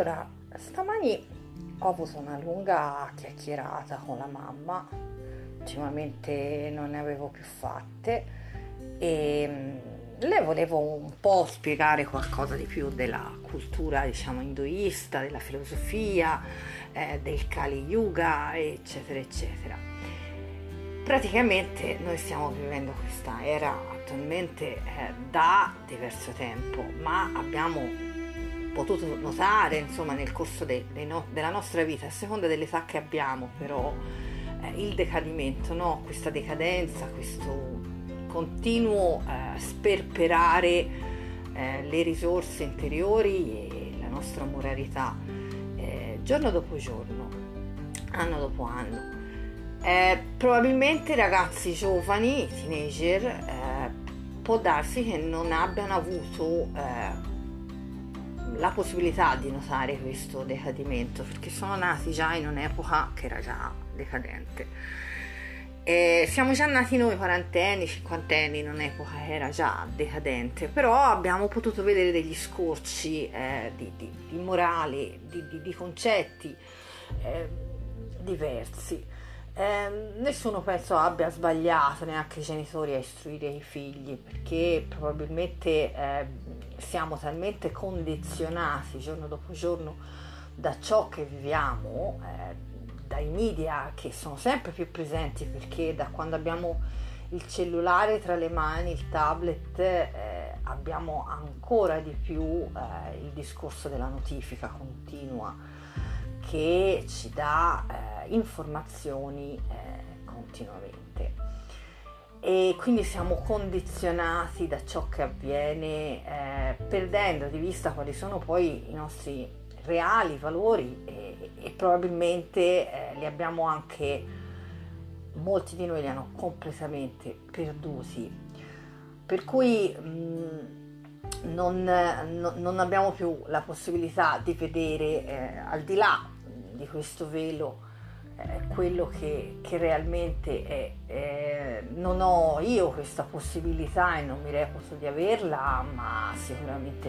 Allora, stamani ho avuto una lunga chiacchierata con la mamma, ultimamente non ne avevo più fatte e le volevo un po' spiegare qualcosa di più della cultura, diciamo, induista, della filosofia, del Kali Yuga, eccetera, eccetera. Praticamente noi stiamo vivendo questa era attualmente da diverso tempo, ma abbiamo potuto notare, insomma, nel corso della nostra vita, a seconda dell'età che abbiamo, però il decadimento, no? Questa decadenza, questo continuo sperperare le risorse interiori e la nostra moralità giorno dopo giorno, anno dopo anno. Probabilmente i ragazzi giovani, i teenager, può darsi che non abbiano avuto la possibilità di notare questo decadimento, perché sono nati già in un'epoca che era già decadente. Siamo già nati noi quarantenni, cinquantenni, in un'epoca che era già decadente, però abbiamo potuto vedere degli scorci di morale, di concetti diversi. Nessuno penso abbia sbagliato, neanche i genitori, a istruire i figli, perché probabilmente siamo talmente condizionati giorno dopo giorno da ciò che viviamo, dai media che sono sempre più presenti, perché da quando abbiamo il cellulare tra le mani, il tablet, abbiamo ancora di più il discorso della notifica continua che ci dà informazioni continuamente, e quindi siamo condizionati da ciò che avviene, perdendo di vista quali sono poi i nostri reali valori, e probabilmente li abbiamo anche, molti di noi li hanno completamente perduti, per cui non abbiamo più la possibilità di vedere al di là di questo velo quello che realmente è. Non ho io questa possibilità e non mi reputo di averla, ma sicuramente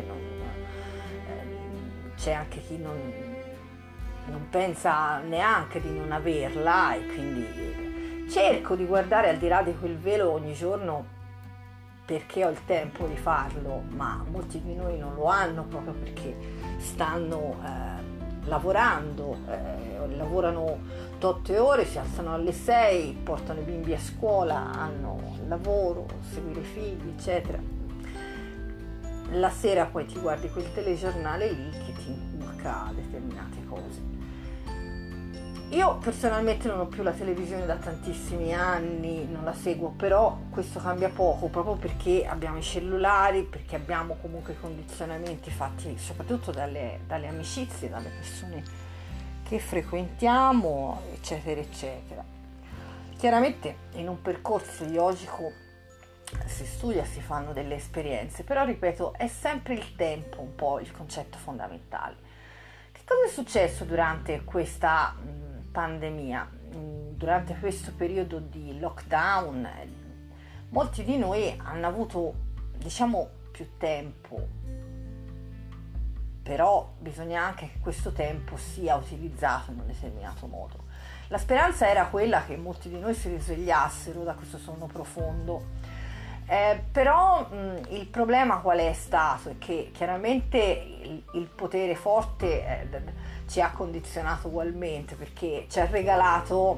c'è anche chi non pensa neanche di non averla, e quindi cerco di guardare al di là di quel velo ogni giorno, perché ho il tempo di farlo, ma molti di noi non lo hanno proprio perché stanno lavorando, lavorano 8 ore, si alzano alle 6, portano i bimbi a scuola, hanno il lavoro, seguire i figli, eccetera. La sera poi ti guardi quel telegiornale lì che ti inculca determinate cose. Io personalmente non ho più la televisione da tantissimi anni, non la seguo, però questo cambia poco, proprio perché abbiamo i cellulari, perché abbiamo comunque i condizionamenti fatti soprattutto dalle amicizie, dalle persone che frequentiamo, eccetera, eccetera. Chiaramente in un percorso yogico si studia, si fanno delle esperienze, però ripeto, è sempre il tempo un po' il concetto fondamentale. Che cosa è successo durante questa pandemia, durante questo periodo di lockdown? Molti di noi hanno avuto, diciamo, più tempo, però bisogna anche che questo tempo sia utilizzato in un determinato modo. La speranza era quella che molti di noi si risvegliassero da questo sonno profondo, però il problema qual è stato? È che chiaramente il potere forte ci ha condizionato ugualmente, perché ci ha regalato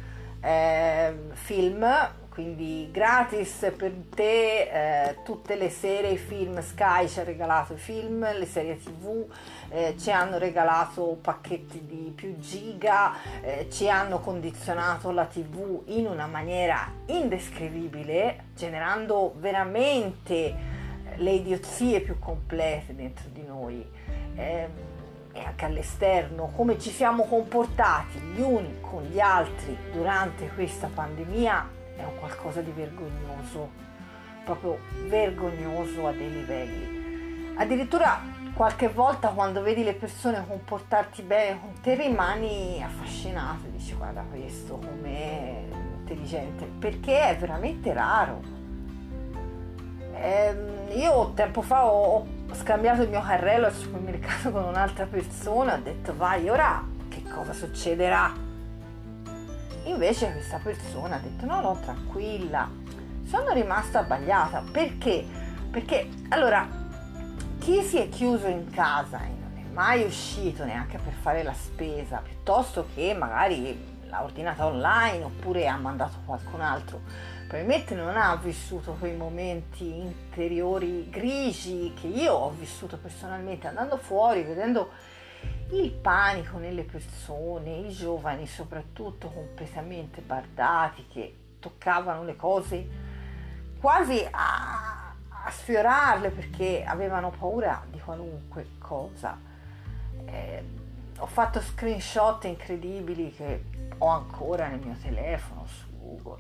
film, quindi gratis per te, tutte le sere i film. Sky ci ha regalato i film, le serie TV, ci hanno regalato pacchetti di più giga, ci hanno condizionato la TV in una maniera indescrivibile, generando veramente le idiozie più complete dentro di noi, e anche all'esterno. Come ci siamo comportati gli uni con gli altri durante questa pandemia è un qualcosa di vergognoso, proprio vergognoso a dei livelli. Addirittura qualche volta, quando vedi le persone comportarti bene con te, rimani affascinato e dici: guarda questo com'è intelligente, perché è veramente raro. Io tempo fa ho ho scambiato il mio carrello al supermercato con un'altra persona, ho detto vai, ora che cosa succederà? Invece questa persona ha detto no, tranquilla. Sono rimasta abbagliata. Perché? Perché allora chi si è chiuso in casa e non è mai uscito neanche per fare la spesa, piuttosto che magari l'ha ordinata online oppure ha mandato qualcun altro, probabilmente non ha vissuto quei momenti interiori grigi che io ho vissuto personalmente andando fuori, vedendo il panico nelle persone, i giovani soprattutto completamente bardati che toccavano le cose quasi a sfiorarle perché avevano paura di qualunque cosa. Ho fatto screenshot incredibili che ho ancora nel mio telefono su Google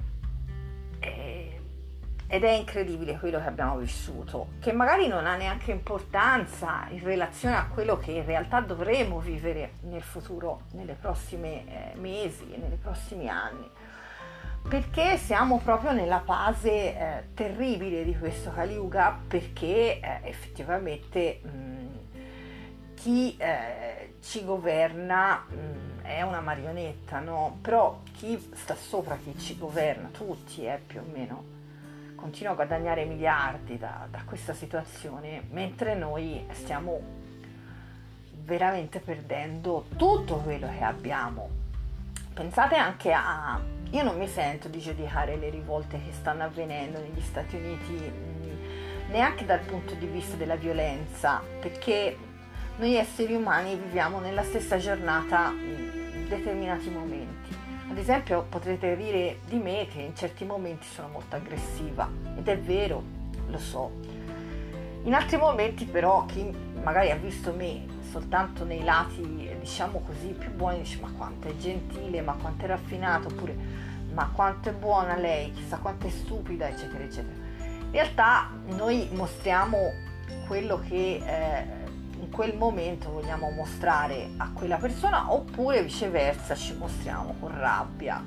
ed è incredibile quello che abbiamo vissuto, che magari non ha neanche importanza in relazione a quello che in realtà dovremo vivere nel futuro, nelle prossime mesi e nei prossimi anni, perché siamo proprio nella fase terribile di questo Kali Yuga, perché effettivamente chi ci governa è una marionetta, no? Però chi sta sopra chi ci governa, tutti più o meno, continua a guadagnare miliardi da questa situazione, mentre noi stiamo veramente perdendo tutto quello che abbiamo. Pensate anche io non mi sento di giudicare le rivolte che stanno avvenendo negli Stati Uniti, neanche dal punto di vista della violenza, perché noi esseri umani viviamo nella stessa giornata in determinati momenti. Ad esempio potrete dire di me che in certi momenti sono molto aggressiva, ed è vero, lo so. In altri momenti però chi magari ha visto me soltanto nei lati, diciamo così, più buoni, dice ma quanto è gentile, ma quanto è raffinato, oppure ma quanto è buona lei, chissà quanto è stupida, eccetera eccetera. In realtà noi mostriamo quello che in quel momento vogliamo mostrare a quella persona, oppure viceversa ci mostriamo con rabbia,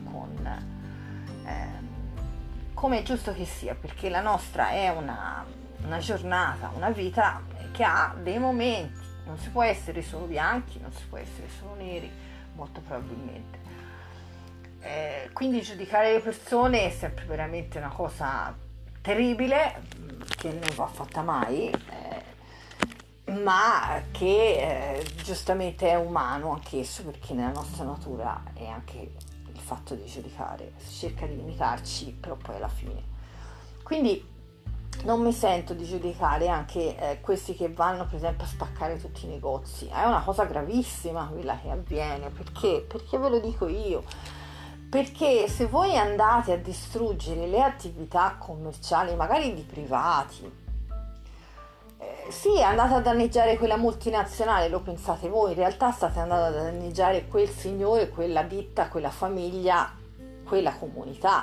come è giusto che sia, perché la nostra è una giornata, una vita che ha dei momenti, non si può essere solo bianchi, non si può essere solo neri, molto probabilmente. Quindi giudicare le persone è sempre veramente una cosa terribile, che non va fatta mai, ma che giustamente è umano anch'esso, perché nella nostra natura è anche il fatto di giudicare, si cerca di limitarci, però poi alla fine. Quindi non mi sento di giudicare anche questi che vanno per esempio a spaccare tutti i negozi. È una cosa gravissima quella che avviene, perché ve lo dico io, perché se voi andate a distruggere le attività commerciali magari di privati, sì, andate a danneggiare quella multinazionale, lo pensate voi, in realtà state andando a danneggiare quel signore, quella ditta, quella famiglia, quella comunità,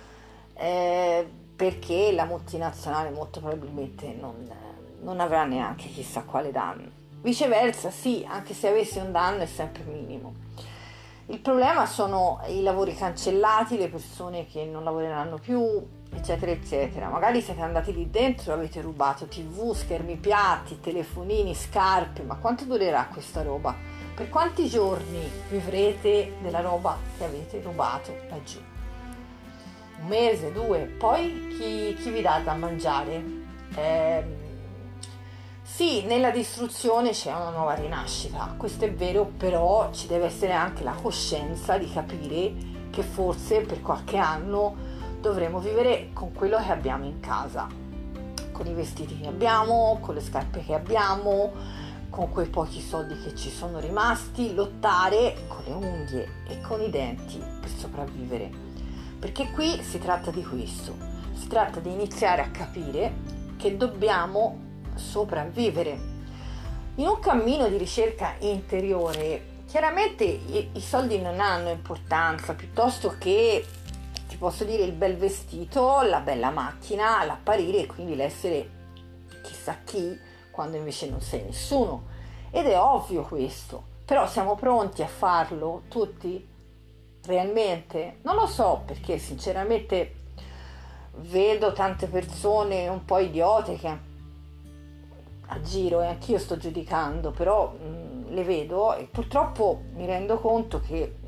perché la multinazionale molto probabilmente non avrà neanche chissà quale danno. Viceversa, sì, anche se avesse un danno è sempre minimo. Il problema sono i lavori cancellati, le persone che non lavoreranno più, eccetera eccetera. Magari siete andati lì dentro e avete rubato TV, schermi piatti, telefonini, scarpe, ma quanto durerà questa roba? Per quanti giorni vivrete della roba che avete rubato laggiù? Un mese, due, poi chi vi dà da mangiare? Sì, nella distruzione c'è una nuova rinascita, questo è vero, però ci deve essere anche la coscienza di capire che forse per qualche anno dovremo vivere con quello che abbiamo in casa, con i vestiti che abbiamo, con le scarpe che abbiamo, con quei pochi soldi che ci sono rimasti, lottare con le unghie e con i denti per sopravvivere, perché qui si tratta di questo, si tratta di iniziare a capire che dobbiamo sopravvivere in un cammino di ricerca interiore. Chiaramente i soldi non hanno importanza, piuttosto che, ti posso dire, il bel vestito, la bella macchina, l'apparire e quindi l'essere chissà chi, quando invece non sei nessuno, ed è ovvio questo, però siamo pronti a farlo tutti? Realmente? Non lo so, perché sinceramente vedo tante persone un po' idiote che a giro e anch'io sto giudicando, però le vedo e purtroppo mi rendo conto che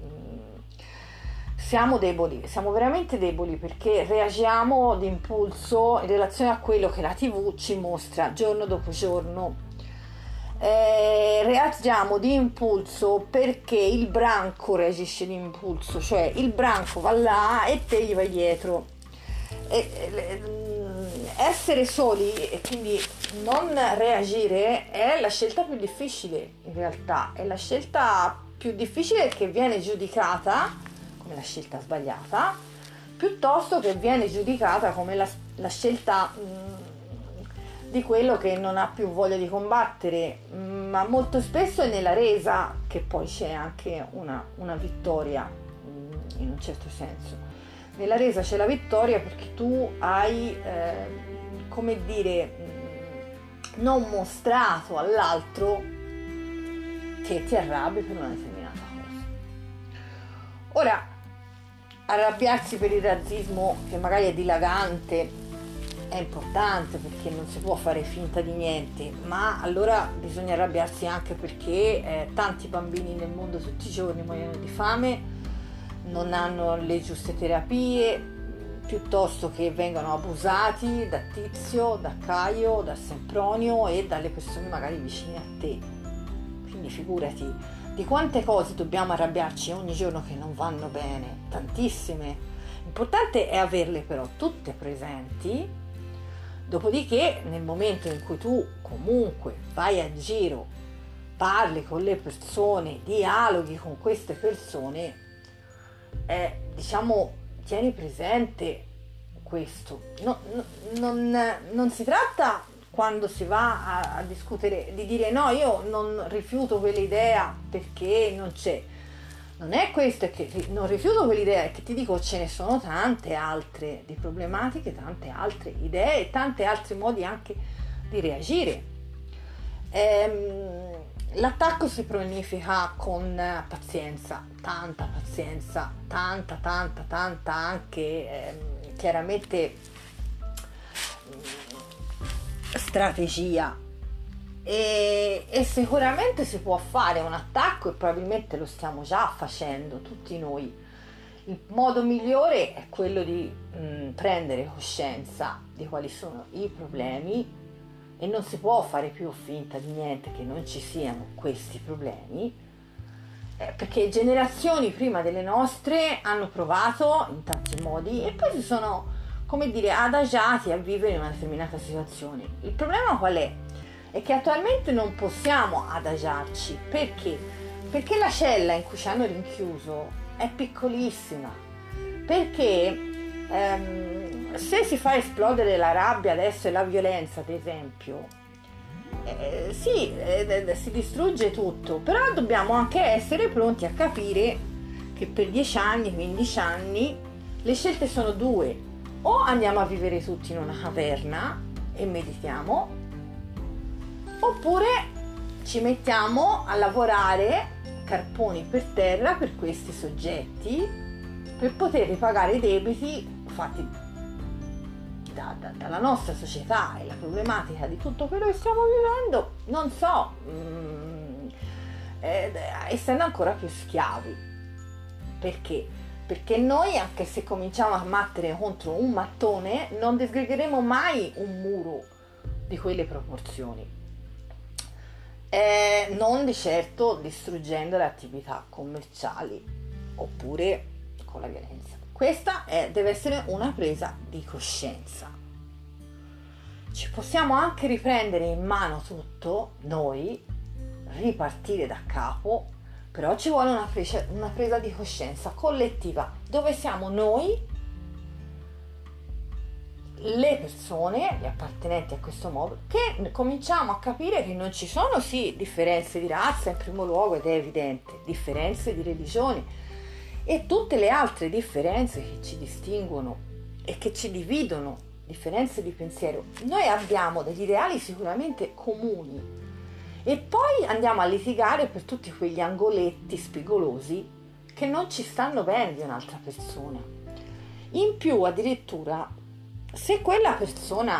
siamo deboli, siamo veramente deboli perché reagiamo d'impulso in relazione a quello che la TV ci mostra giorno dopo giorno. Reagiamo di impulso perché il branco reagisce di impulso, cioè il branco va là e te gli vai dietro. Essere soli e quindi non reagire è la scelta più difficile, in realtà è la scelta più difficile che viene giudicata come la scelta sbagliata, piuttosto che viene giudicata come la scelta di quello che non ha più voglia di combattere, ma molto spesso è nella resa che poi c'è anche una vittoria, in un certo senso. Nella resa c'è la vittoria perché tu hai, come dire, non mostrato all'altro che ti arrabbi per una determinata cosa. Ora, arrabbiarsi per il razzismo, che magari è dilagante, è importante perché non si può fare finta di niente, ma allora bisogna arrabbiarsi anche perché tanti bambini nel mondo tutti i giorni muoiono di fame, non hanno le giuste terapie, piuttosto che vengono abusati da Tizio, da Caio, da Sempronio e dalle persone magari vicine a te. Quindi figurati di quante cose dobbiamo arrabbiarci ogni giorno che non vanno bene, tantissime. L'importante è averle però tutte presenti. Dopodiché, nel momento in cui tu comunque vai a giro, parli con le persone, dialoghi con queste persone, diciamo, tieni presente questo. Non si tratta, quando si va a discutere, di dire no, io non rifiuto quell'idea perché non c'è. Non è questo, è che non rifiuto quell'idea, è che ti dico ce ne sono tante altre di problematiche, tante altre idee e tanti altri modi anche di reagire. L'attacco si pianifica con pazienza, tanta anche chiaramente strategia. E sicuramente si può fare un attacco e probabilmente lo stiamo già facendo tutti noi. Il modo migliore è quello di prendere coscienza di quali sono i problemi e non si può fare più finta di niente, che non ci siano questi problemi, perché generazioni prima delle nostre hanno provato in tanti modi e poi si sono, come dire, adagiati a vivere in una determinata situazione. Il problema qual è? È che attualmente non possiamo adagiarci. Perché? Perché la cella in cui ci hanno rinchiuso è piccolissima, perché se si fa esplodere la rabbia adesso e la violenza, ad esempio, si distrugge tutto, però dobbiamo anche essere pronti a capire che per 10 anni, 15 anni le scelte sono due: o andiamo a vivere tutti in una caverna e meditiamo, oppure ci mettiamo a lavorare carponi per terra per questi soggetti per poter ripagare i debiti fatti dalla nostra società e la problematica di tutto quello che stiamo vivendo, non so, essendo ancora più schiavi. Perché? Perché noi, anche se cominciamo a battere contro un mattone, non disgregheremo mai un muro di quelle proporzioni. Non di certo distruggendo le attività commerciali oppure con la violenza. Questa deve essere una presa di coscienza. Ci possiamo anche riprendere in mano tutto noi, ripartire da capo, però ci vuole una presa di coscienza collettiva, dove siamo noi, le persone, gli appartenenti a questo modo, che cominciamo a capire che non ci sono sì differenze di razza in primo luogo, ed è evidente, differenze di religione e tutte le altre differenze che ci distinguono e che ci dividono, differenze di pensiero. Noi abbiamo degli ideali sicuramente comuni e poi andiamo a litigare per tutti quegli angoletti spigolosi che non ci stanno bene di un'altra persona. In più, addirittura, se quella persona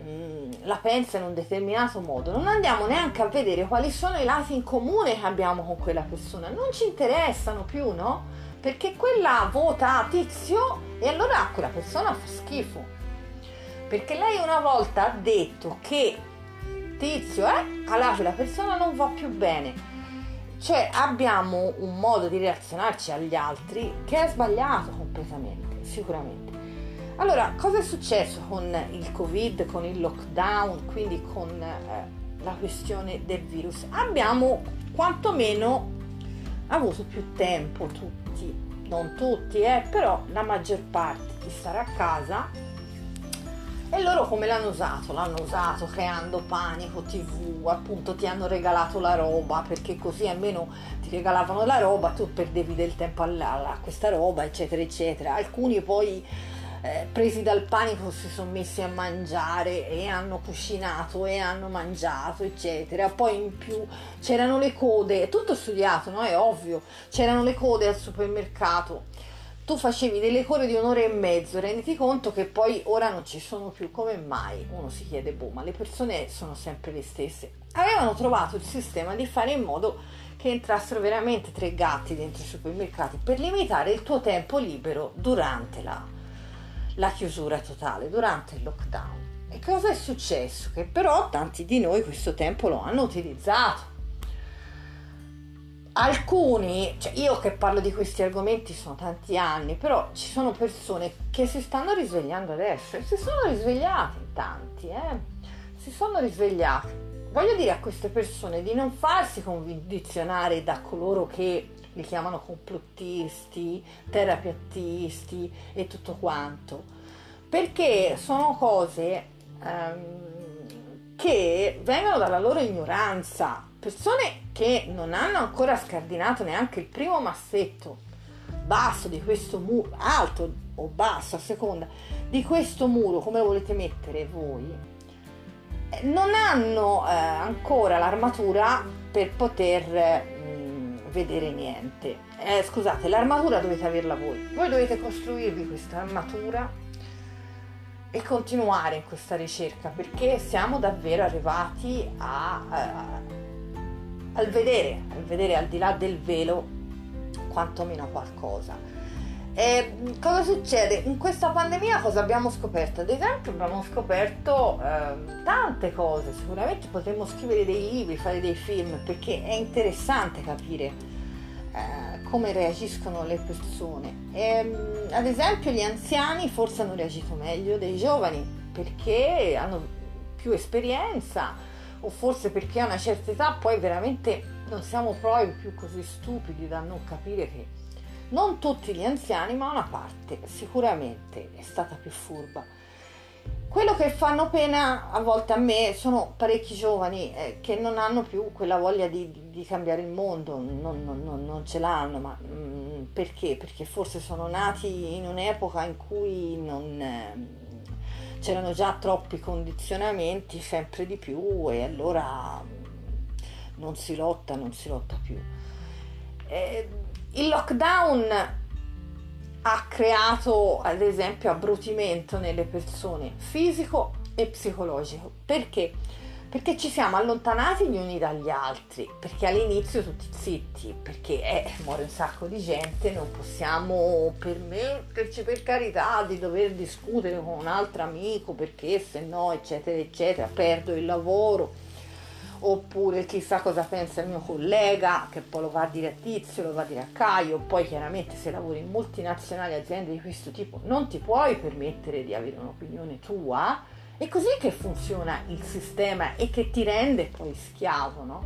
la pensa in un determinato modo, non andiamo neanche a vedere quali sono i lati in comune che abbiamo con quella persona, non ci interessano più, no? Perché quella vota Tizio e allora a quella persona fa schifo, perché lei una volta ha detto che Tizio allora quella persona non va più bene. Cioè abbiamo un modo di relazionarci agli altri che è sbagliato completamente, sicuramente. Allora, cosa è successo con il Covid, con il lockdown, quindi con la questione del virus? Abbiamo quantomeno avuto più tempo tutti, non tutti, però la maggior parte di stare a casa. E loro come l'hanno usato? L'hanno usato creando panico, TV, appunto ti hanno regalato la roba, perché così almeno ti regalavano la roba, tu perdevi del tempo a questa roba, eccetera, eccetera. Alcuni poi presi dal panico si sono messi a mangiare e hanno cucinato e hanno mangiato, eccetera. Poi in più c'erano le code, è tutto studiato, no? È ovvio, c'erano le code al supermercato. Tu facevi delle code di 1 ora e mezzo, renditi conto che poi ora non ci sono più. Come mai? Uno si chiede, ma le persone sono sempre le stesse. Avevano trovato il sistema di fare in modo che entrassero veramente 3 gatti dentro i supermercati per limitare il tuo tempo libero durante la chiusura totale, durante il lockdown. E cosa è successo? Che però tanti di noi questo tempo lo hanno utilizzato. Alcuni, cioè io che parlo di questi argomenti sono tanti anni, però ci sono persone che si stanno risvegliando adesso, e si sono risvegliati in tanti, si sono risvegliati. Voglio dire a queste persone di non farsi condizionare da coloro che li chiamano complottisti, terapiattisti e tutto quanto, perché sono cose che vengono dalla loro ignoranza. Persone che non hanno ancora scardinato neanche il primo massetto basso di questo muro, alto o basso a seconda di questo muro, come lo volete mettere voi, non hanno ancora l'armatura per poter vedere niente. Scusate, l'armatura dovete averla voi dovete costruirvi questa armatura e continuare in questa ricerca, perché siamo davvero arrivati al vedere al di là del velo quantomeno qualcosa. Cosa succede? In questa pandemia cosa abbiamo scoperto? Ad esempio abbiamo scoperto tante cose, sicuramente potremmo scrivere dei libri, fare dei film, perché è interessante capire come reagiscono le persone. Ad esempio gli anziani forse hanno reagito meglio dei giovani, perché hanno più esperienza, o forse perché a una certa età poi veramente non siamo poi più così stupidi da non capire che non tutti gli anziani, ma una parte sicuramente è stata più furba. Quello che fanno pena a volte a me sono parecchi giovani che non hanno più quella voglia di cambiare il mondo, non ce l'hanno, ma perché? Perché forse sono nati in un'epoca in cui c'erano già troppi condizionamenti, sempre di più, e allora non si lotta più. Il lockdown ha creato ad esempio abbrutimento nelle persone, fisico e psicologico. Perché? Perché ci siamo allontanati gli uni dagli altri, perché all'inizio tutti zitti, perché muore un sacco di gente, non possiamo permetterci, per carità, di dover discutere con un altro amico, perché se no eccetera eccetera, perdo il lavoro, oppure chissà cosa pensa il mio collega, che poi lo va a dire a Tizio, lo va a dire a Caio. Poi chiaramente se lavori in multinazionali, aziende di questo tipo, non ti puoi permettere di avere un'opinione tua. È così che funziona il sistema e che ti rende poi schiavo, no?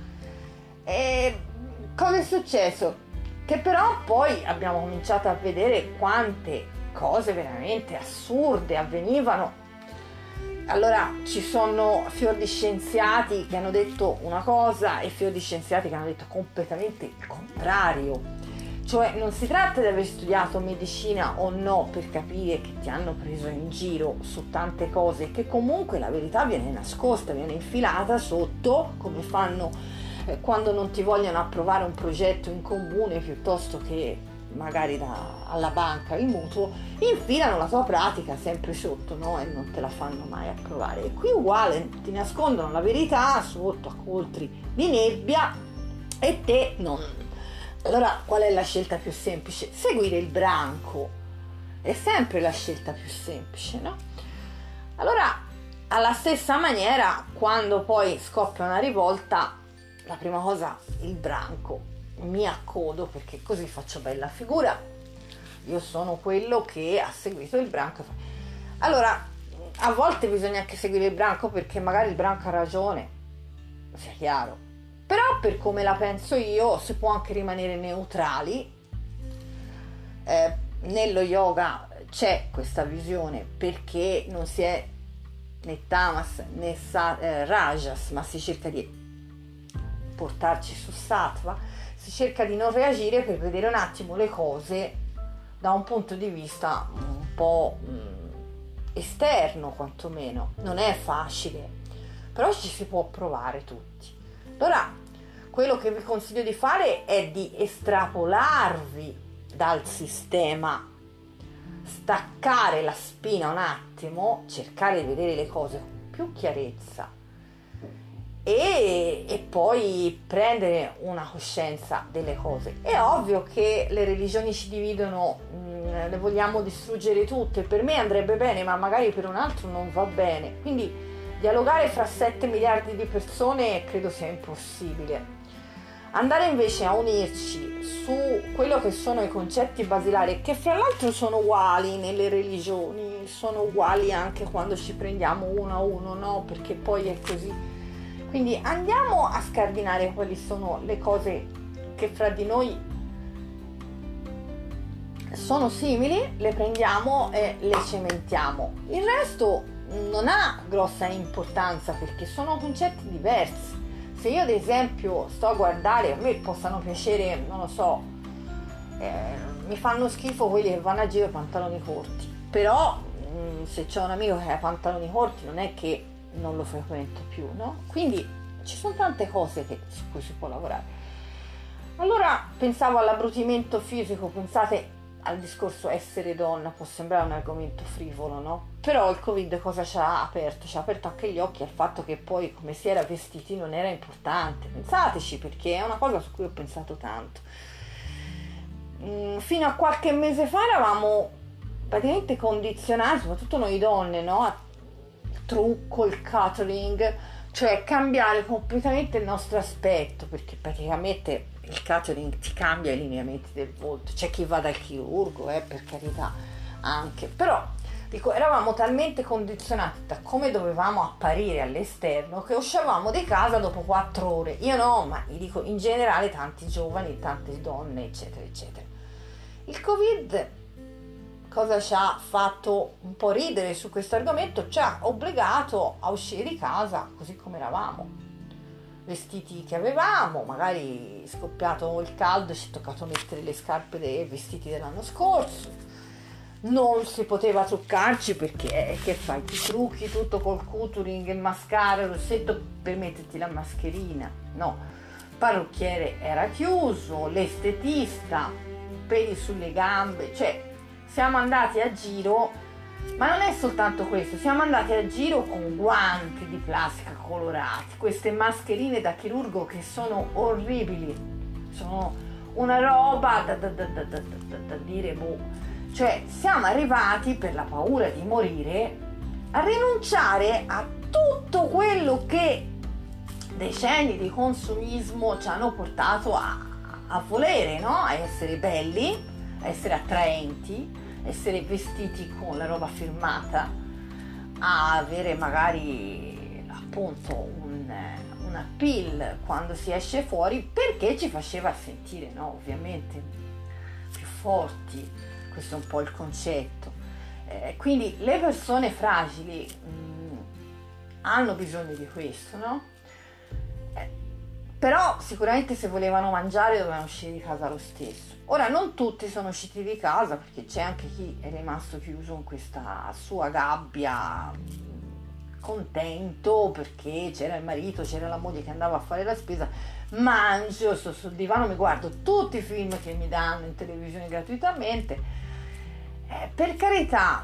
E cosa è successo? Che però poi abbiamo cominciato a vedere quante cose veramente assurde avvenivano. Allora ci sono fior di scienziati che hanno detto una cosa e fior di scienziati che hanno detto completamente il contrario. Cioè non si tratta di aver studiato medicina o no per capire che ti hanno preso in giro su tante cose, che comunque la verità viene nascosta, viene infilata sotto, come fanno quando non ti vogliono approvare un progetto in comune piuttosto che magari alla banca il mutuo, infilano la tua pratica sempre sotto, no? E non te la fanno mai approvare. E qui uguale, ti nascondono la verità sotto a coltri di nebbia e te non. Allora qual è la scelta più semplice? Seguire il branco è sempre la scelta più semplice, no? Allora, alla stessa maniera, quando poi scoppia una rivolta, la prima cosa, il branco, mi accodo perché così faccio bella figura, io sono quello che ha seguito il branco. Allora, a volte bisogna anche seguire il branco perché magari il branco ha ragione, sia chiaro, però per come la penso io si può anche rimanere neutrali. Nello yoga c'è questa visione perché non si è né tamas né rajas, ma si cerca di portarci su sattva, si cerca di non reagire per vedere un attimo le cose da un punto di vista un po' esterno, quantomeno. Non è facile, però ci si può provare tutti. Allora, quello che vi consiglio di fare è di estrapolarvi dal sistema, staccare la spina un attimo, cercare di vedere le cose con più chiarezza e poi prendere una coscienza delle cose. È ovvio che le religioni ci dividono, le vogliamo distruggere tutte. Per me andrebbe bene, ma magari per un altro non va bene. Quindi dialogare fra 7 miliardi di persone credo sia impossibile. Andare invece a unirci su quello che sono i concetti basilari, che fra l'altro sono uguali nelle religioni, sono uguali anche quando ci prendiamo uno a uno, no? Perché poi è così. Quindi andiamo a scardinare quali sono le cose che fra di noi sono simili, le prendiamo e le cementiamo. Il resto non ha grossa importanza perché sono concetti diversi. Se io ad esempio sto a guardare, a me possano piacere, non lo so, mi fanno schifo quelli che vanno a giro con pantaloni corti, però se c'è un amico che ha pantaloni corti non è che non lo frequento più, no? Quindi ci sono tante cose su cui si può lavorare. Allora pensavo all'abbrutimento fisico, pensate al discorso essere donna, può sembrare un argomento frivolo, no? Però il Covid cosa ci ha aperto? Ci ha aperto anche gli occhi al fatto che poi come si era vestiti non era importante. Pensateci, perché è una cosa su cui ho pensato tanto. Fino a qualche mese fa eravamo praticamente condizionati, soprattutto noi donne, no? Il trucco, il catering, cioè cambiare completamente il nostro aspetto, perché praticamente il catering ti cambia i lineamenti del volto. C'è chi va dal chirurgo, per carità, anche, però dico, eravamo talmente condizionati da come dovevamo apparire all'esterno che uscivamo di casa dopo 4 ore. Io no, ma gli dico in generale tanti giovani, tante donne, eccetera eccetera. Il Covid cosa ci ha fatto un po' ridere su questo argomento? Ci ha obbligato a uscire di casa così come eravamo, vestiti che avevamo, magari scoppiato il caldo, ci è toccato mettere le scarpe dei vestiti dell'anno scorso, non si poteva truccarci perché che fai? Ti trucchi tutto col couturier, il mascara, il rossetto per metterti la mascherina, no, il parrucchiere era chiuso, l'estetista, peli sulle gambe, cioè siamo andati a giro, ma non è soltanto questo, siamo andati a giro con guanti di plastica colorati, queste mascherine da chirurgo che sono orribili, sono una roba da dire boh, cioè siamo arrivati per la paura di morire a rinunciare a tutto quello che decenni di consumismo ci hanno portato a volere, no? A essere belli, a essere attraenti, essere vestiti con la roba firmata, a avere magari appunto un appeal quando si esce fuori, perché ci faceva sentire, no, ovviamente più forti. Questo è un po' il concetto. Quindi le persone fragili hanno bisogno di questo, no? Però sicuramente se volevano mangiare dovevano uscire di casa lo stesso. Ora non tutti sono usciti di casa, perché c'è anche chi è rimasto chiuso in questa sua gabbia contento perché c'era il marito, c'era la moglie che andava a fare la spesa, mangio, sto sul divano, mi guardo tutti i film che mi danno in televisione gratuitamente. Per carità,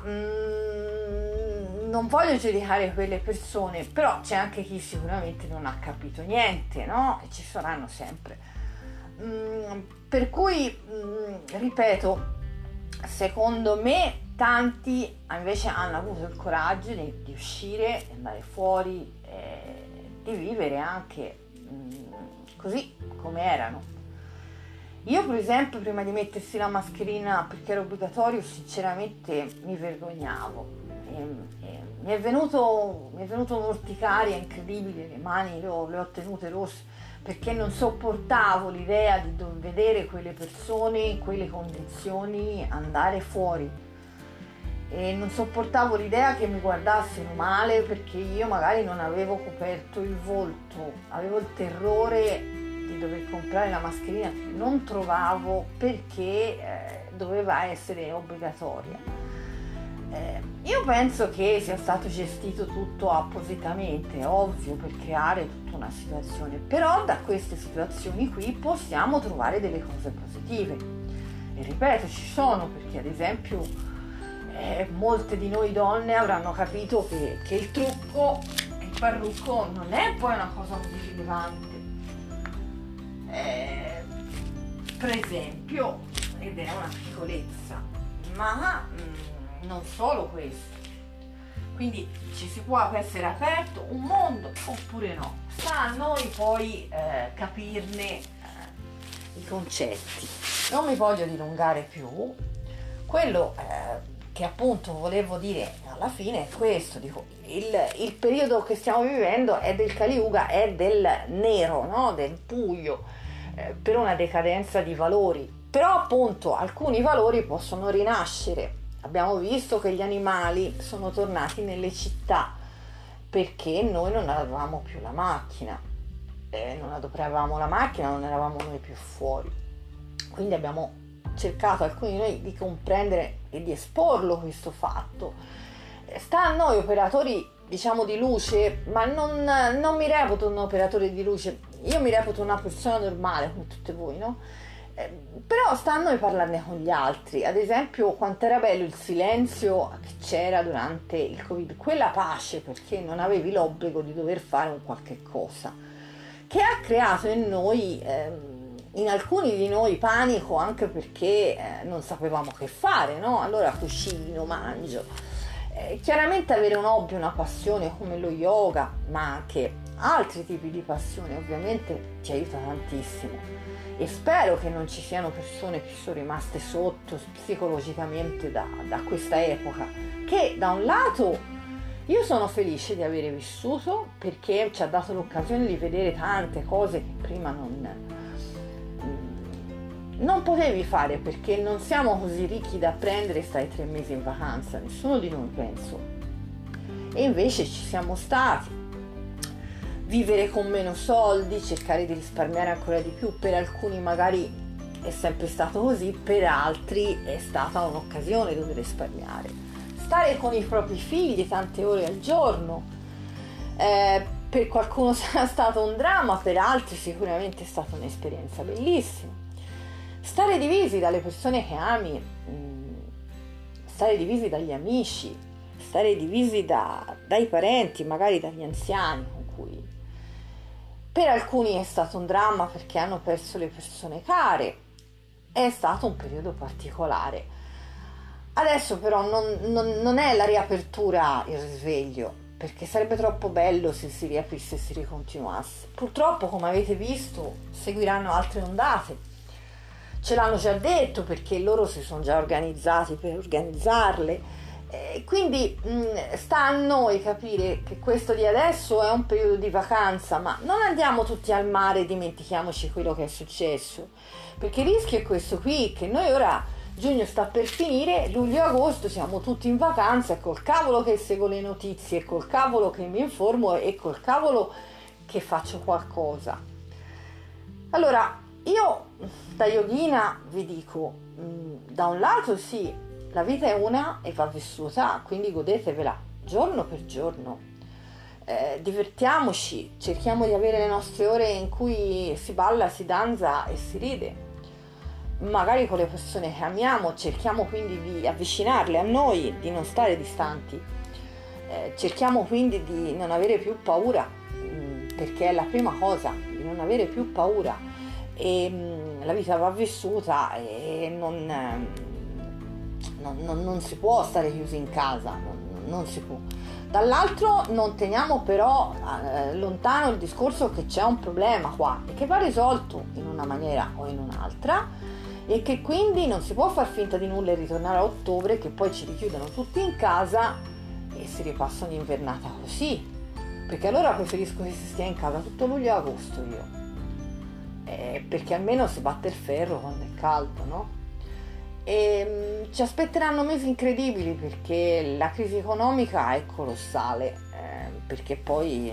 non voglio giudicare quelle persone, però c'è anche chi sicuramente non ha capito niente, no? E ci saranno sempre. Per cui, ripeto, secondo me tanti invece hanno avuto il coraggio di uscire, di andare fuori, di vivere anche così come erano. Io per esempio prima di mettersi la mascherina perché era obbligatorio sinceramente mi vergognavo, mi è venuto un'orticaria incredibile, le mani le ho tenute rosse perché non sopportavo l'idea di vedere quelle persone in quelle condizioni andare fuori e non sopportavo l'idea che mi guardassero male perché io magari non avevo coperto il volto, avevo il terrore di dover comprare la mascherina che non trovavo perché doveva essere obbligatoria. Io penso che sia stato gestito tutto appositamente, ovvio, per creare tutta una situazione, però da queste situazioni qui possiamo trovare delle cose positive e ripeto ci sono, perché ad esempio molte di noi donne avranno capito che il trucco, il parrucco non è poi una cosa così rilevante. Per esempio, ed è una piccolezza, ma non solo questo. Quindi ci si può essere aperto un mondo oppure no. Sta a noi poi capirne i concetti. Non mi voglio dilungare più. Quello che appunto volevo dire alla fine è questo, dico, il periodo che stiamo vivendo è del Kali Yuga, è del nero, no? Del buio, per una decadenza di valori, però appunto alcuni valori possono rinascere. Abbiamo visto che gli animali sono tornati nelle città perché noi non avevamo più la macchina, non adoperavamo la macchina, non eravamo noi più fuori, quindi abbiamo cercato alcuni di noi di comprendere e di esporlo questo fatto. Sta a noi operatori diciamo di luce, ma non mi reputo un operatore di luce, io mi reputo una persona normale come tutte voi, no? Però sta a noi parlarne con gli altri. Ad esempio quanto era bello il silenzio che c'era durante il Covid, quella pace perché non avevi l'obbligo di dover fare un qualche cosa, che ha creato in noi in alcuni di noi panico anche perché non sapevamo che fare, no? Allora cucino, mangio. Chiaramente avere un hobby, una passione come lo yoga, ma anche altri tipi di passione ovviamente ti aiuta tantissimo e spero che non ci siano persone che sono rimaste sotto psicologicamente da questa epoca, che da un lato io sono felice di avere vissuto perché ci ha dato l'occasione di vedere tante cose che prima non potevi fare perché non siamo così ricchi da prendere e stare 3 mesi in vacanza, nessuno di noi penso, e invece ci siamo stati. Vivere con meno soldi, cercare di risparmiare ancora di più, per alcuni magari è sempre stato così, per altri è stata un'occasione dove risparmiare. Stare con i propri figli tante ore al giorno, per qualcuno sarà stato un dramma, per altri sicuramente è stata un'esperienza bellissima. Stare divisi dalle persone che ami, stare divisi dagli amici, stare divisi dai parenti, magari dagli anziani con cui per alcuni è stato un dramma perché hanno perso le persone care, è stato un periodo particolare. Adesso però non è la riapertura il risveglio, perché sarebbe troppo bello se si riaprisse e si ricontinuasse. Purtroppo, come avete visto, seguiranno altre ondate. Ce l'hanno già detto perché loro si sono già organizzati per organizzarle. Quindi sta a noi capire che questo di adesso è un periodo di vacanza, ma non andiamo tutti al mare e dimentichiamoci quello che è successo, perché il rischio è questo qui, che noi ora giugno sta per finire, luglio e agosto siamo tutti in vacanza e col cavolo che seguo le notizie, e col cavolo che mi informo e col cavolo che faccio qualcosa. Allora io da yogina vi dico, da un lato sì, la vita è una e va vissuta, quindi godetevela giorno per giorno. divertiamoci, cerchiamo di avere le nostre ore in cui si balla, si danza e si ride, magari con le persone che amiamo, cerchiamo quindi di avvicinarle a noi, di non stare distanti, cerchiamo quindi di non avere più paura, perché è la prima cosa, di non avere più paura, e la vita va vissuta e non si può stare chiusi in casa, non si può. Dall'altro non teniamo però lontano il discorso che c'è un problema qua e che va risolto in una maniera o in un'altra, e che quindi non si può far finta di nulla e ritornare a ottobre, che poi ci richiudono tutti in casa e si ripassa un'invernata così, perché allora preferisco che si stia in casa tutto luglio e agosto io, perché almeno si batte il ferro quando è caldo, no? E ci aspetteranno mesi incredibili, perché la crisi economica è colossale, perché poi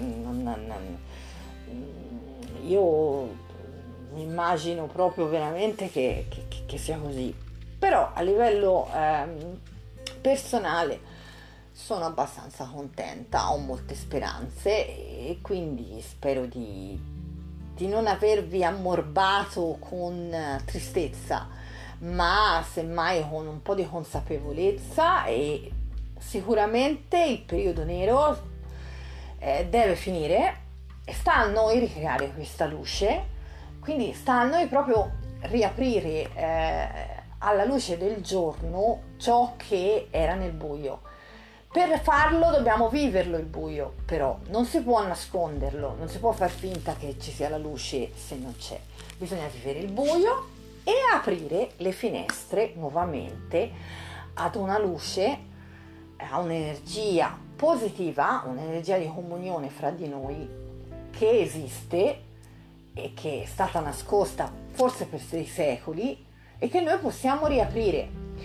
io mi immagino proprio veramente che sia così, però a livello personale sono abbastanza contenta, ho molte speranze e quindi spero di non avervi ammorbato con tristezza, ma semmai con un po' di consapevolezza. E sicuramente il periodo nero deve finire e sta a noi ricreare questa luce, quindi sta a noi proprio riaprire alla luce del giorno ciò che era nel buio. Per farlo dobbiamo viverlo il buio, però non si può nasconderlo, non si può far finta che ci sia la luce se non c'è. Bisogna vivere il buio e aprire le finestre nuovamente ad una luce, a un'energia positiva, un'energia di comunione fra di noi che esiste e che è stata nascosta forse per 6 secoli e che noi possiamo riaprire.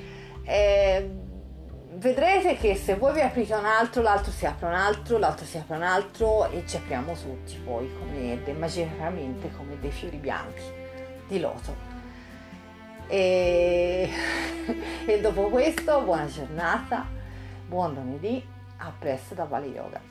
Vedrete che se voi vi aprite un altro, l'altro si apre un altro, l'altro si apre un altro e ci apriamo tutti poi magicamente come dei fiori bianchi di loto. E, e dopo questo buona giornata, buon lunedì, a presto da Vale Yoga.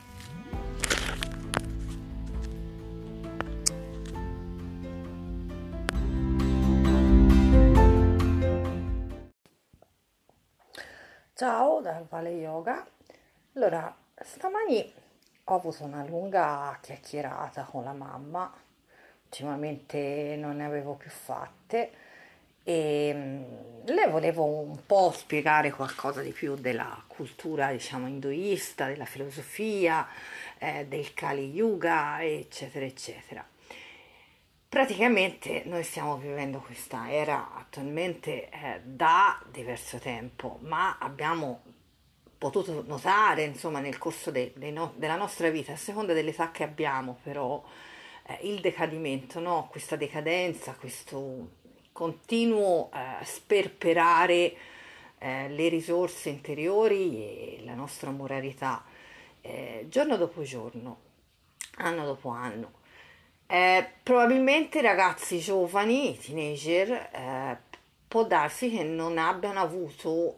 Ciao dal Vale Yoga. Allora, stamani ho avuto una lunga chiacchierata con la mamma, ultimamente non ne avevo più fatte e le volevo un po' spiegare qualcosa di più della cultura, diciamo, induista, della filosofia, del Kali Yuga, eccetera, eccetera. Praticamente noi stiamo vivendo questa era attualmente da diverso tempo, ma abbiamo potuto notare, insomma, nel corso della nostra vita, a seconda dell'età che abbiamo, però il decadimento, no? Questa decadenza, questo continuo sperperare le risorse interiori e la nostra moralità giorno dopo giorno, anno dopo anno. Probabilmente i ragazzi giovani, i teenager, può darsi che non abbiano avuto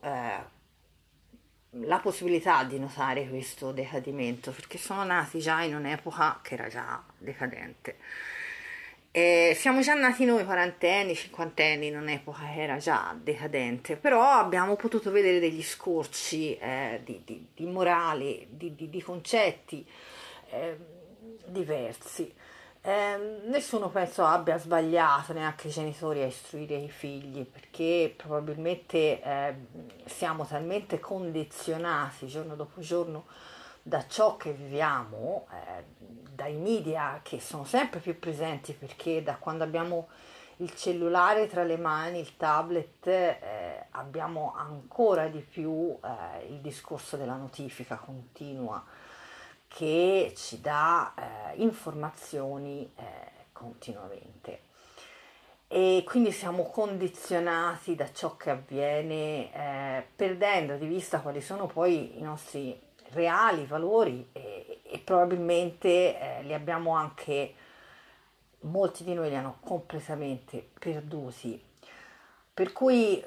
la possibilità di notare questo decadimento, perché sono nati già in un'epoca che era già decadente. Siamo già nati noi quarantenni, cinquantenni, in un'epoca che era già decadente, però abbiamo potuto vedere degli scorci di morale, di concetti diversi. Nessuno penso abbia sbagliato, neanche i genitori, a istruire i figli, perché probabilmente siamo talmente condizionati giorno dopo giorno da ciò che viviamo, dai media che sono sempre più presenti, perché da quando abbiamo il cellulare tra le mani, il tablet, abbiamo ancora di più il discorso della notifica continua che ci dà informazioni continuamente, e quindi siamo condizionati da ciò che avviene, perdendo di vista quali sono poi i nostri reali valori e probabilmente li abbiamo anche, molti di noi li hanno completamente perduti, per cui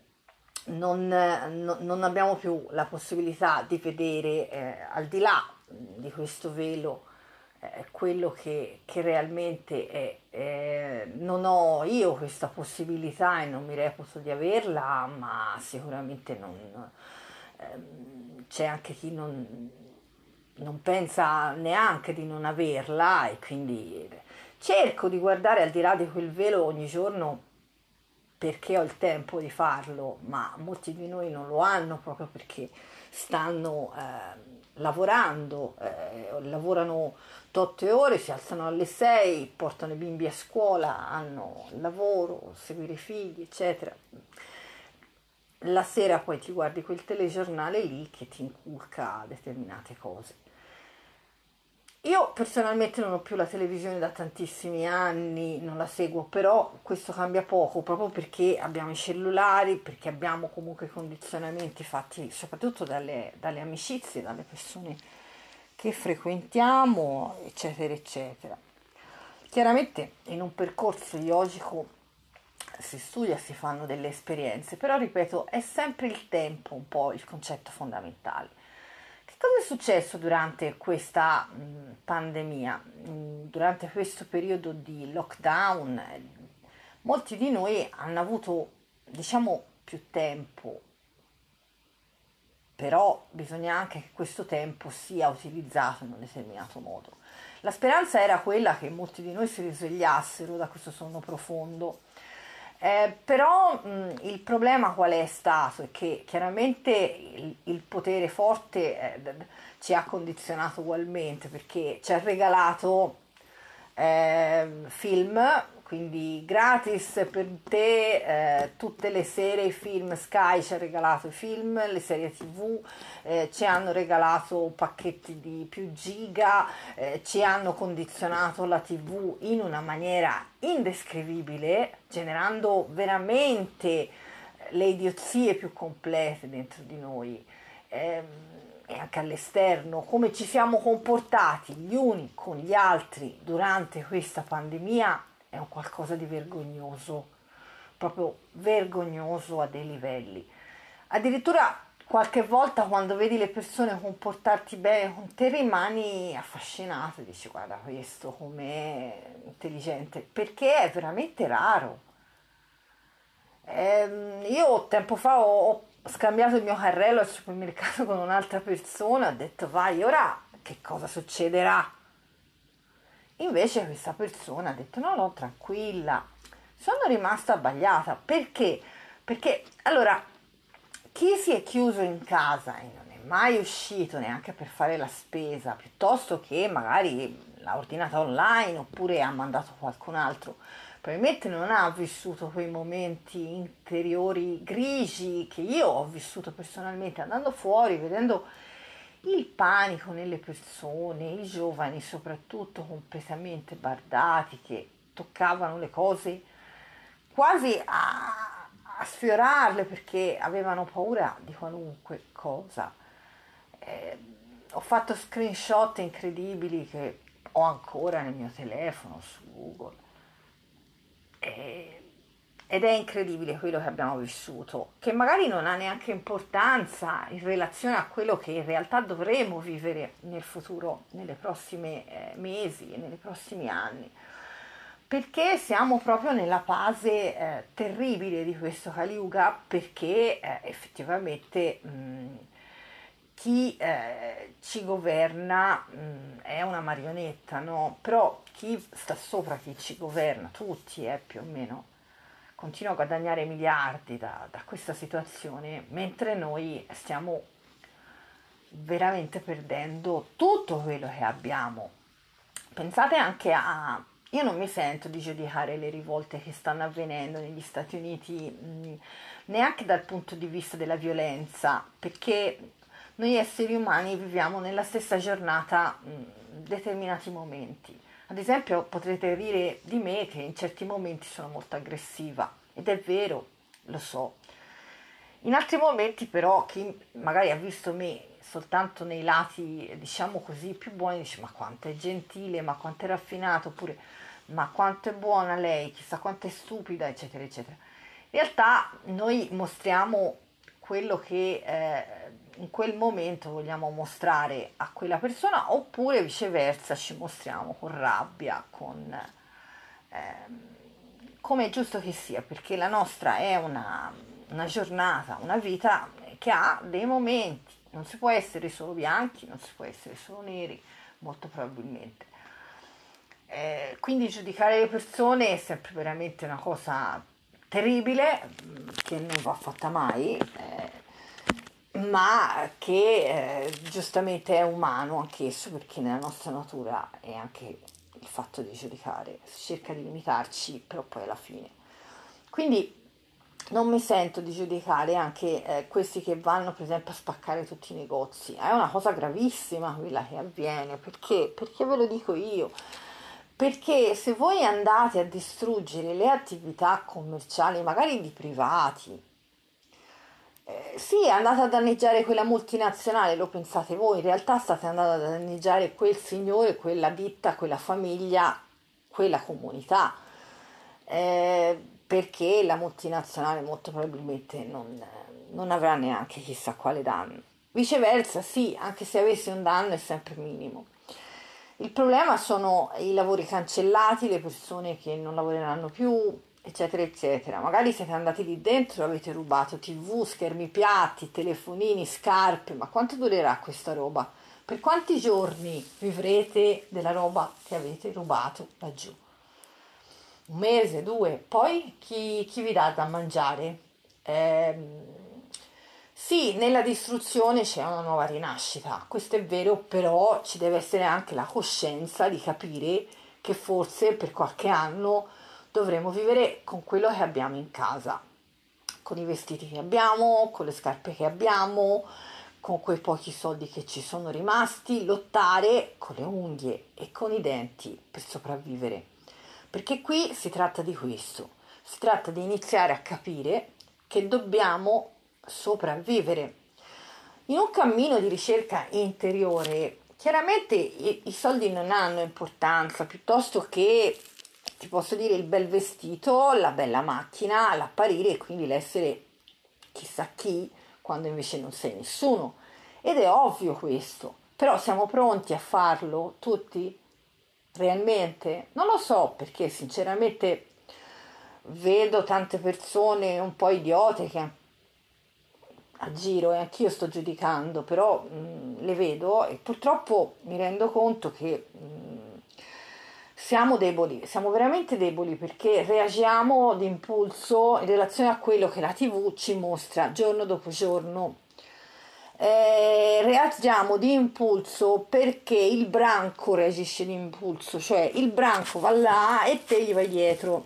non abbiamo più la possibilità di vedere al di là di questo velo quello che realmente non ho io questa possibilità e non mi reputo di averla, ma sicuramente c'è anche chi non pensa neanche di non averla e quindi cerco di guardare al di là di quel velo ogni giorno perché ho il tempo di farlo, ma molti di noi non lo hanno proprio perché stanno lavorando, lavorano 8 ore, si alzano alle 6, portano i bimbi a scuola, hanno il lavoro, seguire i figli, eccetera. La sera poi ti guardi quel telegiornale lì che ti inculca determinate cose. Io personalmente non ho più la televisione da tantissimi anni, non la seguo, però questo cambia poco proprio perché abbiamo i cellulari, perché abbiamo comunque condizionamenti fatti soprattutto dalle amicizie, dalle persone che frequentiamo, eccetera, eccetera. Chiaramente in un percorso yogico si studia, si fanno delle esperienze, però ripeto, è sempre il tempo un po' il concetto fondamentale. Che cosa è successo durante questa pandemia? Durante questo periodo di lockdown, molti di noi hanno avuto, diciamo, più tempo, però bisogna anche che questo tempo sia utilizzato in un determinato modo. La speranza era quella che molti di noi si risvegliassero da questo sonno profondo. Però il problema qual è stato? È che chiaramente il potere forte ci ha condizionato ugualmente perché ci ha regalato film, quindi gratis per te, tutte le sere i film. Sky ci ha regalato i film, le serie TV, ci hanno regalato pacchetti di più giga, ci hanno condizionato la TV in una maniera indescrivibile, generando veramente le idiozie più complete dentro di noi. E anche all'esterno, come ci siamo comportati gli uni con gli altri durante questa pandemia è un qualcosa di vergognoso, proprio vergognoso a dei livelli. Addirittura qualche volta quando vedi le persone comportarti bene con te rimani affascinato e dici guarda questo com'è intelligente, perché è veramente raro. Io tempo fa ho scambiato il mio carrello al supermercato con un'altra persona, ho detto vai, ora che cosa succederà? Invece questa persona ha detto no, no, tranquilla. Sono rimasta abbagliata. Perché? Perché allora chi si è chiuso in casa e non è mai uscito neanche per fare la spesa, piuttosto che magari l'ha ordinata online oppure ha mandato qualcun altro, probabilmente non ha vissuto quei momenti interiori grigi che io ho vissuto personalmente andando fuori, vedendo il panico nelle persone, i giovani soprattutto completamente bardati che toccavano le cose quasi a sfiorarle perché avevano paura di qualunque cosa. Eh, Ho fatto screenshot incredibili che ho ancora nel mio telefono su Google. E- Ed è incredibile quello che abbiamo vissuto, che magari non ha neanche importanza in relazione a quello che in realtà dovremo vivere nel futuro, nelle prossime mesi e nei prossimi anni, perché siamo proprio nella fase terribile di questo Kali Yuga, perché effettivamente chi ci governa è una marionetta, no? Però chi sta sopra chi ci governa, tutti più o meno, continua a guadagnare miliardi da questa situazione, mentre noi stiamo veramente perdendo tutto quello che abbiamo. Pensate anche a... Io non mi sento di giudicare le rivolte che stanno avvenendo negli Stati Uniti, neanche dal punto di vista della violenza, perché noi esseri umani viviamo nella stessa giornata determinati momenti. Ad esempio potrete dire di me che in certi momenti sono molto aggressiva, ed è vero, lo so. In altri momenti però chi magari ha visto me soltanto nei lati, diciamo così, più buoni, dice ma quanto è gentile, ma quanto è raffinato, oppure ma quanto è buona lei, chissà quanto è stupida, eccetera, eccetera. In realtà noi mostriamo quello che in quel momento vogliamo mostrare a quella persona, oppure viceversa ci mostriamo con rabbia, come è giusto che sia, perché la nostra è una giornata, una vita che ha dei momenti, non si può essere solo bianchi, non si può essere solo neri, molto probabilmente. Quindi giudicare le persone è sempre veramente una cosa terribile, che non va fatta mai, ma che giustamente è umano anch'esso, perché nella nostra natura è anche il fatto di giudicare, si cerca di limitarci, però poi alla fine. Quindi non mi sento di giudicare anche questi che vanno per esempio a spaccare tutti i negozi. È una cosa gravissima quella che avviene, perché ve lo dico io. Perché se voi andate a distruggere le attività commerciali, magari di privati, sì, andate a danneggiare quella multinazionale, lo pensate voi, in realtà state andando a danneggiare quel signore, quella ditta, quella famiglia, quella comunità, perché la multinazionale molto probabilmente non avrà neanche chissà quale danno. Viceversa, sì, anche se avesse un danno è sempre minimo. Il problema sono i lavori cancellati, le persone che non lavoreranno più, eccetera, eccetera. Magari siete andati lì dentro e avete rubato TV, schermi piatti, telefonini, scarpe, ma quanto durerà questa roba? Per quanti giorni vivrete della roba che avete rubato laggiù? Un mese, due, poi chi vi dà da mangiare? Sì, nella distruzione c'è una nuova rinascita, questo è vero, però ci deve essere anche la coscienza di capire che forse per qualche anno dovremo vivere con quello che abbiamo in casa, con i vestiti che abbiamo, con le scarpe che abbiamo, con quei pochi soldi che ci sono rimasti, lottare con le unghie e con i denti per sopravvivere. Perché qui si tratta di questo, si tratta di iniziare a capire che dobbiamo sopravvivere. In un cammino di ricerca interiore, chiaramente i soldi non hanno importanza, piuttosto che, ti posso dire, il bel vestito, la bella macchina, l'apparire e quindi l'essere chissà chi, quando invece non sei nessuno. Ed è ovvio questo, però siamo pronti a farlo tutti? Realmente? Non lo so, perché sinceramente vedo tante persone un po' idiote che a giro, e anch'io sto giudicando, però le vedo e purtroppo mi rendo conto che siamo deboli, siamo veramente deboli, perché reagiamo d'impulso in relazione a quello che la TV ci mostra giorno dopo giorno. Reagiamo di impulso perché il branco reagisce di impulso, cioè il branco va là e te gli vai dietro.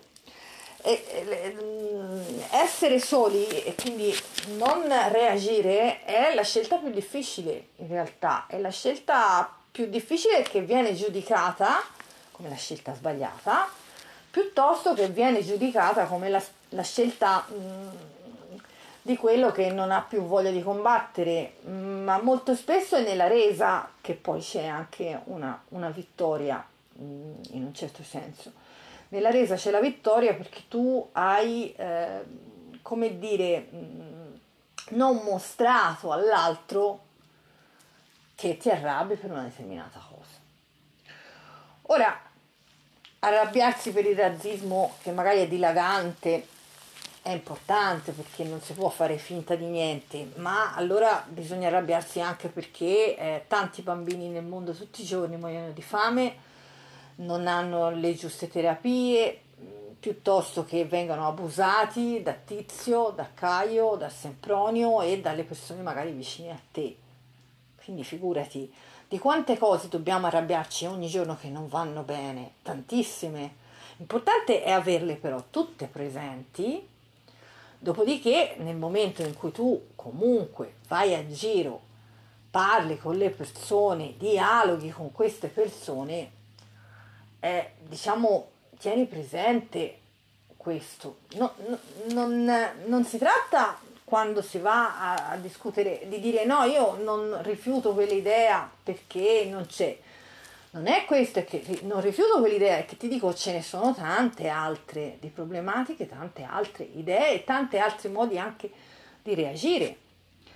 Essere soli e quindi non reagire è la scelta più difficile, in realtà è la scelta più difficile, che viene giudicata come la scelta sbagliata, piuttosto che viene giudicata come la scelta di quello che non ha più voglia di combattere, ma molto spesso è nella resa che poi c'è anche una vittoria, in un certo senso. Nella resa c'è la vittoria perché tu hai, come dire, non mostrato all'altro che ti arrabbi per una determinata cosa. Ora, arrabbiarsi per il razzismo, che magari è dilagante, è importante, perché non si può fare finta di niente, ma allora bisogna arrabbiarsi anche perché tanti bambini nel mondo tutti i giorni muoiono di fame, non hanno le giuste terapie, piuttosto che vengano abusati da Tizio, da Caio, da Sempronio e dalle persone magari vicine a te. Quindi figurati di quante cose dobbiamo arrabbiarci ogni giorno che non vanno bene, tantissime. L'importante è averle però tutte presenti. Dopodiché, nel momento in cui tu comunque vai a giro, parli con le persone, dialoghi con queste persone, diciamo, tieni presente questo. Non si tratta, quando si va a discutere, di dire no, io non rifiuto quell'idea perché non c'è. Non è questo, è che non rifiuto quell'idea, è che ti dico ce ne sono tante altre di problematiche, tante altre idee e tanti altri modi anche di reagire.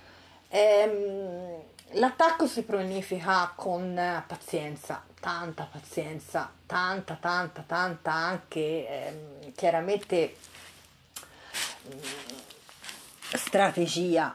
L'attacco si pianifica con pazienza, tanta pazienza, tanta anche chiaramente strategia.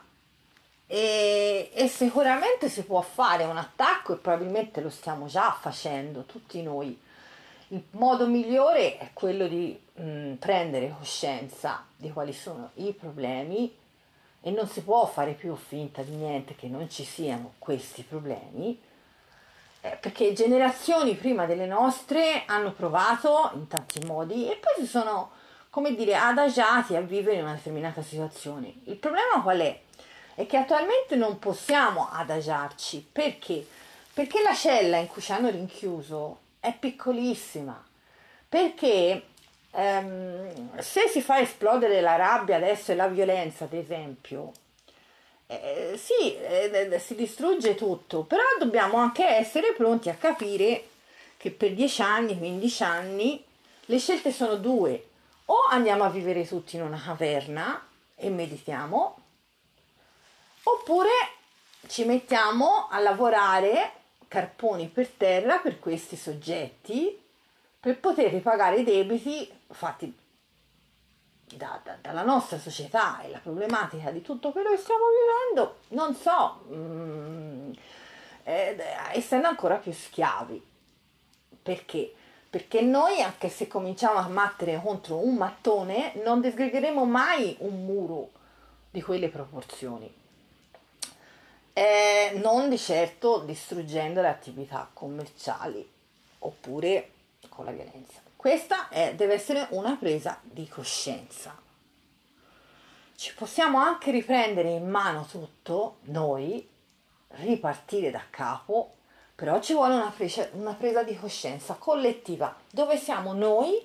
E sicuramente si può fare un attacco e probabilmente lo stiamo già facendo tutti noi. Il modo migliore è quello di prendere coscienza di quali sono i problemi e non si può fare più finta di niente che non ci siano questi problemi, perché generazioni prima delle nostre hanno provato in tanti modi e poi si sono, come dire, adagiati a vivere in una determinata situazione. Il problema qual è? È che attualmente non possiamo adagiarci. Perché? Perché la cella in cui ci hanno rinchiuso è piccolissima. Perché se si fa esplodere la rabbia adesso e la violenza, ad esempio, sì, si distrugge tutto, però dobbiamo anche essere pronti a capire che per 10 anni, 15 anni, le scelte sono due. O andiamo a vivere tutti in una caverna e meditiamo, oppure ci mettiamo a lavorare carponi per terra per questi soggetti per poter ripagare i debiti fatti dalla nostra società e la problematica di tutto quello che stiamo vivendo, non so, essendo ancora più schiavi. Perché? Perché noi, anche se cominciamo a battere contro un mattone, non disgregheremo mai un muro di quelle proporzioni. Non di certo distruggendo le attività commerciali oppure con la violenza. Questa deve essere una presa di coscienza. Ci possiamo anche riprendere in mano tutto, noi, ripartire da capo, però ci vuole una presa di coscienza collettiva, dove siamo noi,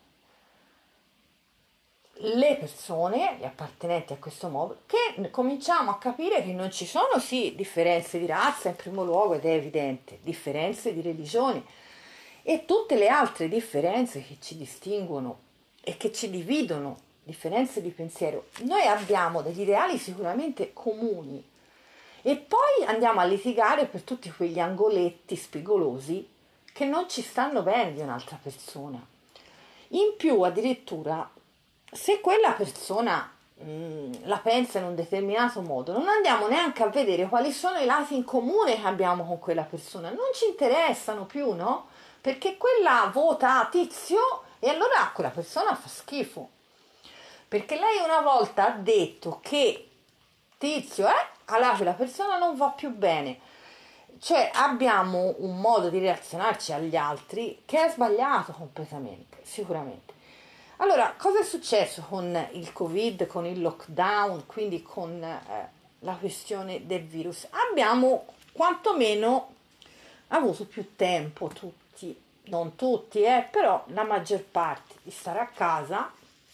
le persone, gli appartenenti a questo mondo, che cominciamo a capire che non ci sono sì differenze di razza in primo luogo, ed è evidente, differenze di religione e tutte le altre differenze che ci distinguono e che ci dividono, differenze di pensiero. Noi abbiamo degli ideali sicuramente comuni e poi andiamo a litigare per tutti quegli angoletti spigolosi che non ci stanno bene di un'altra persona. In più, addirittura, se quella persona la pensa in un determinato modo, non andiamo neanche a vedere quali sono i lati in comune che abbiamo con quella persona, non ci interessano più, no? Perché quella vota a Tizio e allora quella persona fa schifo. Perché lei una volta ha detto che Tizio allora quella persona non va più bene. Cioè abbiamo un modo di relazionarci agli altri che è sbagliato completamente, sicuramente. Allora, cosa è successo con il Covid, con il lockdown, quindi con la questione del virus? Abbiamo quantomeno avuto più tempo tutti, non tutti, però la maggior parte, di stare a casa.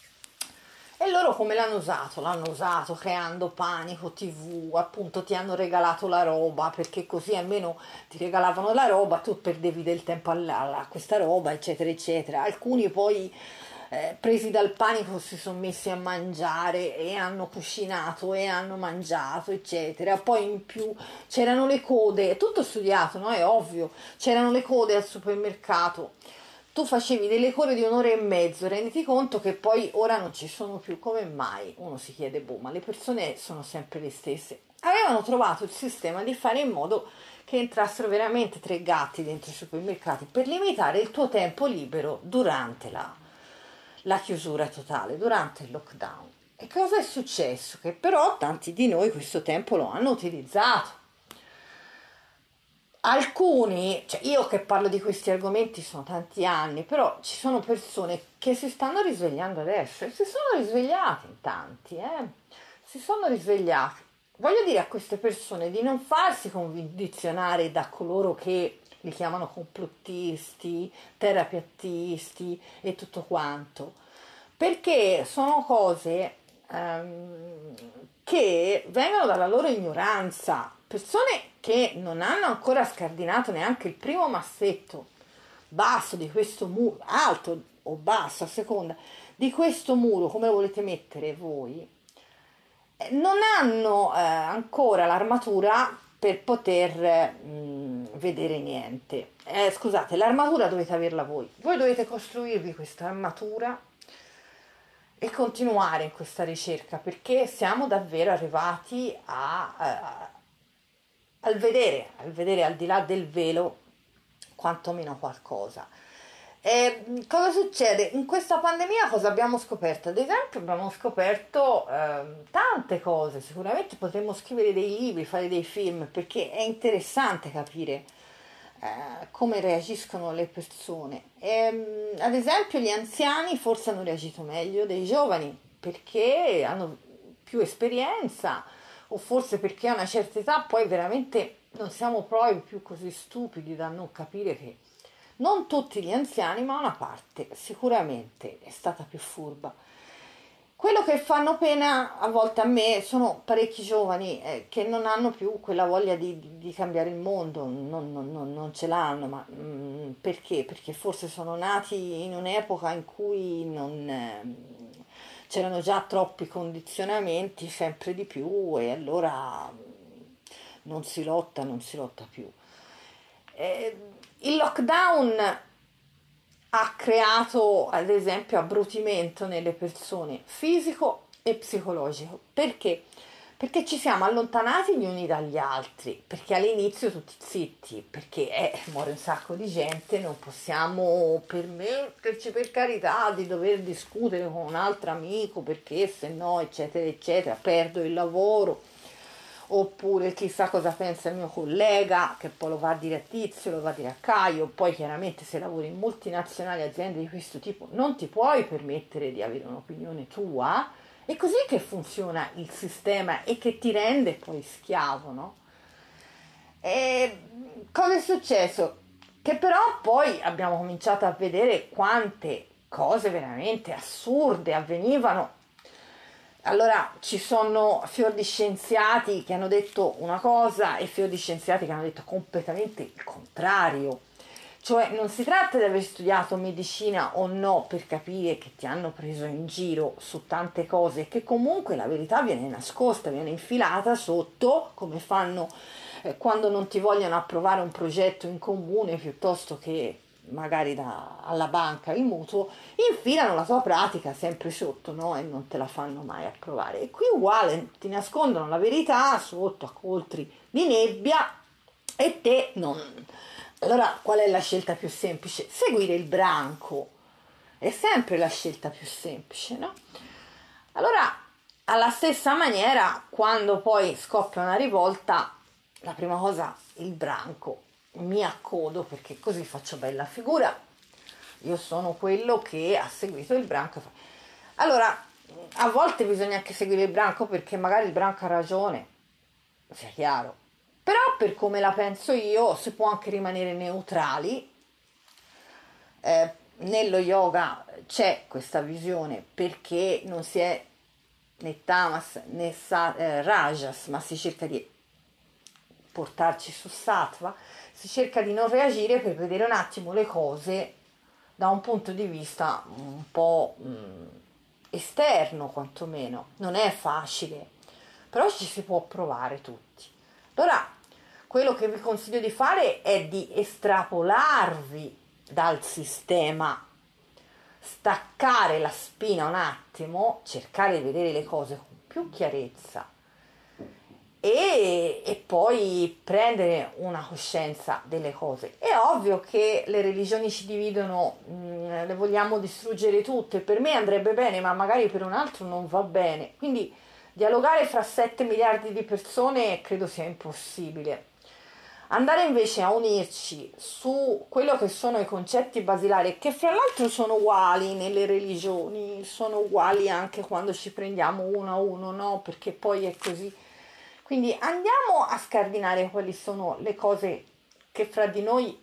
E loro come l'hanno usato? L'hanno usato creando panico, TV, appunto ti hanno regalato la roba, perché così almeno ti regalavano la roba, tu perdevi del tempo a questa roba, eccetera, eccetera. Alcuni poi presi dal panico si sono messi a mangiare e hanno cucinato e hanno mangiato, eccetera. Poi in più c'erano le code, è tutto studiato, no? È ovvio, c'erano le code al supermercato. Tu facevi delle code di 1 ora e mezzo, renditi conto che poi ora non ci sono più. Come mai? Uno si chiede, boh, ma le persone sono sempre le stesse. Avevano trovato il sistema di fare in modo che entrassero veramente 3 gatti dentro i supermercati per limitare il tuo tempo libero durante la chiusura totale, durante il lockdown. E cosa è successo? Che però tanti di noi questo tempo lo hanno utilizzato. Alcuni, cioè io che parlo di questi argomenti sono tanti anni, però ci sono persone che si stanno risvegliando adesso e si sono risvegliati in tanti, si sono risvegliati. Voglio dire a queste persone di non farsi condizionare da coloro che li chiamano complottisti, terapiattisti e tutto quanto, perché sono cose che vengono dalla loro ignoranza, persone che non hanno ancora scardinato neanche il primo massetto basso di questo muro, alto o basso a seconda di questo muro, come lo volete mettere voi, non hanno ancora l'armatura per poter vedere niente. Scusate, l'armatura dovete averla voi dovete costruirvi questa armatura e continuare in questa ricerca, perché siamo davvero arrivati al vedere al di là del velo quantomeno qualcosa. E cosa succede? In questa pandemia cosa abbiamo scoperto? Ad esempio abbiamo scoperto tante cose, sicuramente potremmo scrivere dei libri, fare dei film, perché è interessante capire come reagiscono le persone. Ad esempio gli anziani forse hanno reagito meglio dei giovani, perché hanno più esperienza, o forse perché a una certa età poi veramente non siamo proprio più così stupidi da non capire che non tutti gli anziani, ma una parte sicuramente è stata più furba. Quello che fanno pena a volte a me sono parecchi giovani che non hanno più quella voglia di cambiare il mondo, non ce l'hanno, ma perché? Perché forse sono nati in un'epoca in cui c'erano già troppi condizionamenti, sempre di più, e allora non si lotta più. Il lockdown ha creato ad esempio abbrutimento nelle persone fisico e psicologico. Perché? Perché ci siamo allontanati gli uni dagli altri, perché all'inizio tutti zitti, perché muore un sacco di gente, non possiamo permetterci per carità di dover discutere con un altro amico perché se no eccetera eccetera, perdo il lavoro. Oppure chissà cosa pensa il mio collega, che poi lo va a dire a Tizio, lo va a dire a Caio. Poi chiaramente se lavori in multinazionali, aziende di questo tipo, non ti puoi permettere di avere un'opinione tua. È così che funziona il sistema e che ti rende poi schiavo, no? E cosa è successo? Che però poi abbiamo cominciato a vedere quante cose veramente assurde avvenivano. Allora ci sono fior di scienziati che hanno detto una cosa e fior di scienziati che hanno detto completamente il contrario. Cioè non si tratta di aver studiato medicina o no per capire che ti hanno preso in giro su tante cose, che comunque la verità viene nascosta, viene infilata sotto, come fanno quando non ti vogliono approvare un progetto in comune piuttosto che magari alla banca il mutuo, infilano la tua pratica sempre sotto, no? E non te la fanno mai approvare. E qui uguale, ti nascondono la verità sotto a coltri di nebbia e te non. Allora qual è la scelta più semplice? Seguire il branco è sempre la scelta più semplice, no? Allora, alla stessa maniera, quando poi scoppia una rivolta, la prima cosa, il branco, mi accodo perché così faccio bella figura. Io sono quello che ha seguito il branco. Allora, a volte bisogna anche seguire il branco perché magari il branco ha ragione, sia chiaro. Però per come la penso io si può anche rimanere neutrali. Nello yoga c'è questa visione perché non si è né tamas né rajas, ma si cerca di portarci su sattva, si cerca di non reagire per vedere un attimo le cose da un punto di vista un po' esterno, quantomeno. Non è facile, però ci si può provare tutti. Allora, quello che vi consiglio di fare è di estrapolarvi dal sistema, staccare la spina un attimo, cercare di vedere le cose con più chiarezza e poi prendere una coscienza delle cose. È ovvio che le religioni ci dividono, le vogliamo distruggere tutte, per me andrebbe bene ma magari per un altro non va bene, quindi dialogare fra 7 miliardi di persone credo sia impossibile. Andare invece a unirci su quello che sono i concetti basilari, che fra l'altro sono uguali nelle religioni, sono uguali anche quando ci prendiamo uno a uno, no? Perché poi è così. Quindi andiamo a scardinare quali sono le cose che fra di noi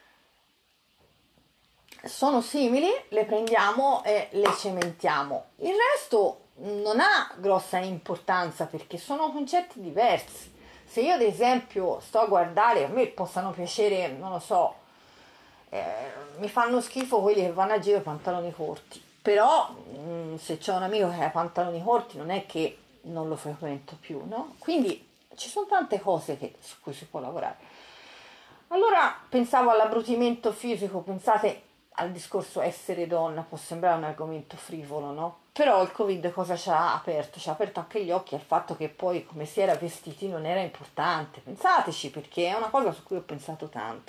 sono simili, le prendiamo e le cementiamo. Il resto non ha grossa importanza perché sono concetti diversi. Se io ad esempio sto a guardare, a me possano piacere, non lo so, mi fanno schifo quelli che vanno a giro con pantaloni corti, però se c'è un amico che ha pantaloni corti non è che non lo frequento più, no? Quindi ci sono tante cose su cui si può lavorare. Allora pensavo all'abbrutimento fisico, pensate al discorso essere donna, può sembrare un argomento frivolo, no? Però il Covid cosa ci ha aperto? Ci ha aperto anche gli occhi al fatto che poi come si era vestiti non era importante. Pensateci, perché è una cosa su cui ho pensato tanto.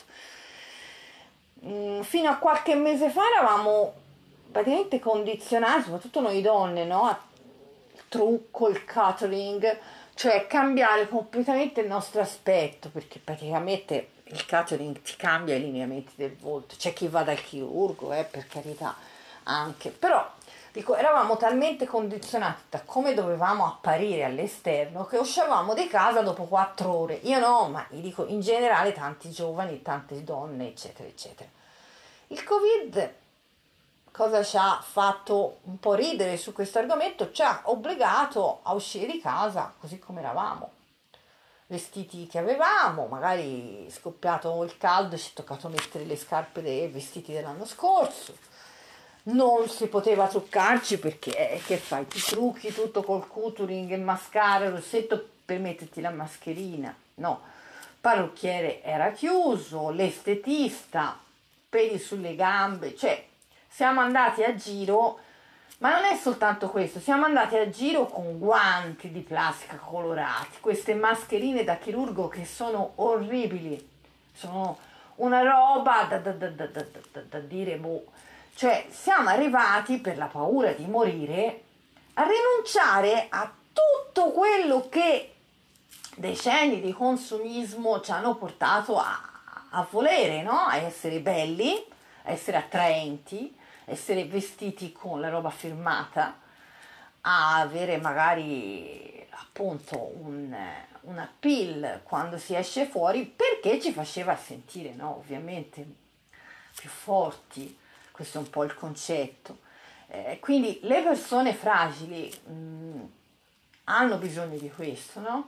Fino a qualche mese fa eravamo praticamente condizionati, soprattutto noi donne, no? Il trucco, il catering, cioè cambiare completamente il nostro aspetto, perché praticamente il catering ti cambia i lineamenti del volto. C'è chi va dal chirurgo, per carità, anche, però dico, eravamo talmente condizionati da come dovevamo apparire all'esterno che uscivamo di casa dopo 4 ore. Io no, ma dico in generale tanti giovani, tante donne, eccetera, eccetera. Il Covid cosa ci ha fatto un po' ridere su questo argomento? Ci ha obbligato a uscire di casa così come eravamo, vestiti che avevamo, magari scoppiato il caldo, ci è toccato mettere le scarpe dei vestiti dell'anno scorso, non si poteva truccarci perché che fai? Ti trucchi tutto col couturing, il mascara, il rossetto per metterti la mascherina, no, parrucchiere era chiuso, l'estetista, peli sulle gambe, cioè siamo andati a giro. Ma non è soltanto questo, siamo andati a giro con guanti di plastica colorati, queste mascherine da chirurgo che sono orribili, sono una roba da dire boh. Cioè siamo arrivati, per la paura di morire, a rinunciare a tutto quello che decenni di consumismo ci hanno portato a volere, no? A essere belli, a essere attraenti, essere vestiti con la roba firmata, a avere magari appunto un appeal quando si esce fuori, perché ci faceva sentire, no? Ovviamente più forti, questo è un po' il concetto. Quindi le persone fragili hanno bisogno di questo, no?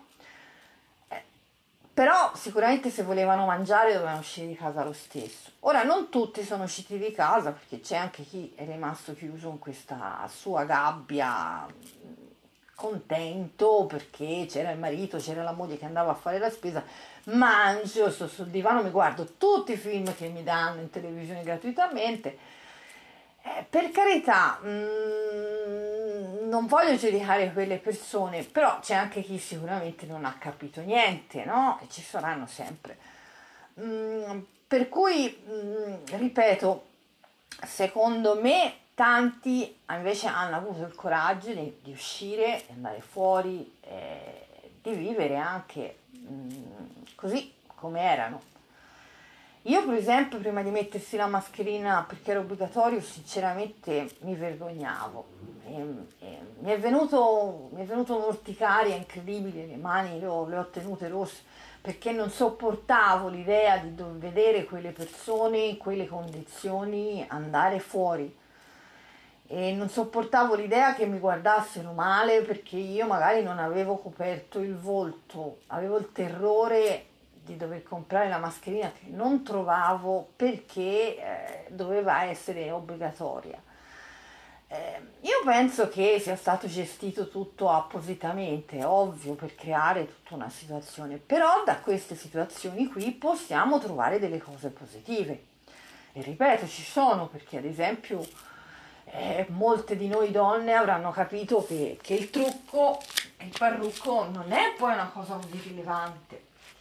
Però sicuramente se volevano mangiare dovevano uscire di casa lo stesso. Ora non tutti sono usciti di casa, perché c'è anche chi è rimasto chiuso in questa sua gabbia, contento perché c'era il marito, c'era la moglie che andava a fare la spesa. Mangio, sto sul divano, mi guardo tutti i film che mi danno in televisione gratuitamente. Per carità, non voglio giudicare quelle persone, però c'è anche chi sicuramente non ha capito niente, no? E ci saranno sempre. Per cui, ripeto, secondo me tanti invece hanno avuto il coraggio di uscire, di andare fuori, di vivere anche così come erano. Io per esempio prima di mettersi la mascherina perché era obbligatorio sinceramente mi vergognavo mi è venuto un'orticaria incredibile, le mani le ho tenute rosse perché non sopportavo l'idea di vedere quelle persone in quelle condizioni andare fuori e non sopportavo l'idea che mi guardassero male perché io magari non avevo coperto il volto, avevo il terrore di dover comprare la mascherina che non trovavo perché doveva essere obbligatoria. Io penso che sia stato gestito tutto appositamente, ovvio, per creare tutta una situazione, però da queste situazioni qui possiamo trovare delle cose positive. E ripeto, ci sono, perché ad esempio molte di noi donne avranno capito che il trucco, il parrucco non è poi una cosa così rilevante.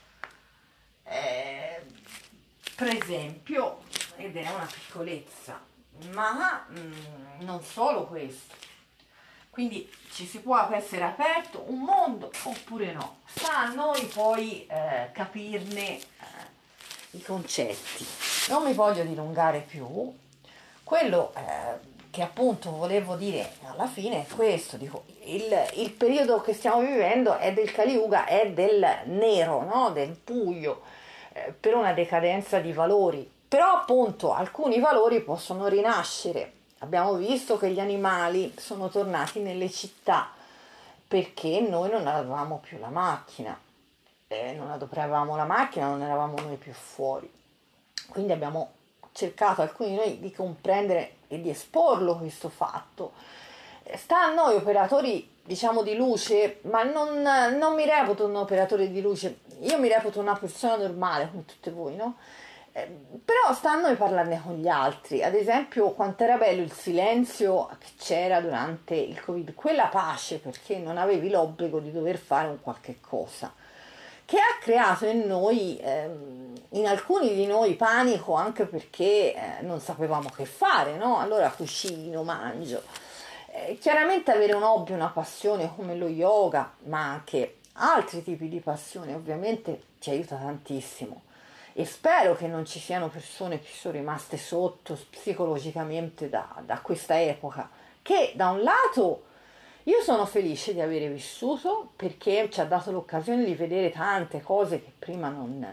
Per esempio, ed è una piccolezza, ma non solo questo. Quindi ci si può essere aperto un mondo oppure no. Sta a noi poi capirne i concetti. Non mi voglio dilungare più. Quello che appunto volevo dire alla fine è questo, dico, il periodo che stiamo vivendo è del Kali Yuga, è del nero, no? Del buio, per una decadenza di valori, però appunto alcuni valori possono rinascere. Abbiamo visto che gli animali sono tornati nelle città perché noi non avevamo più la macchina, non adoperavamo la macchina, non eravamo noi più fuori, quindi abbiamo cercato alcuni di noi di comprendere e di esporlo questo fatto Sta a noi operatori, diciamo, di luce, ma non mi reputo un operatore di luce, io mi reputo una persona normale come tutte voi, no? Però sta a noi parlarne con gli altri. Ad esempio, quanto era bello il silenzio che c'era durante il Covid, quella pace perché non avevi l'obbligo di dover fare un qualche cosa, che ha creato in noi, in alcuni di noi, panico anche perché non sapevamo che fare, no? Allora cucino, mangio. Chiaramente avere un hobby, una passione come lo yoga, ma anche altri tipi di passione, ovviamente ti aiuta tantissimo. E spero che non ci siano persone che sono rimaste sotto psicologicamente da questa epoca, che da un lato io sono felice di avere vissuto perché ci ha dato l'occasione di vedere tante cose che prima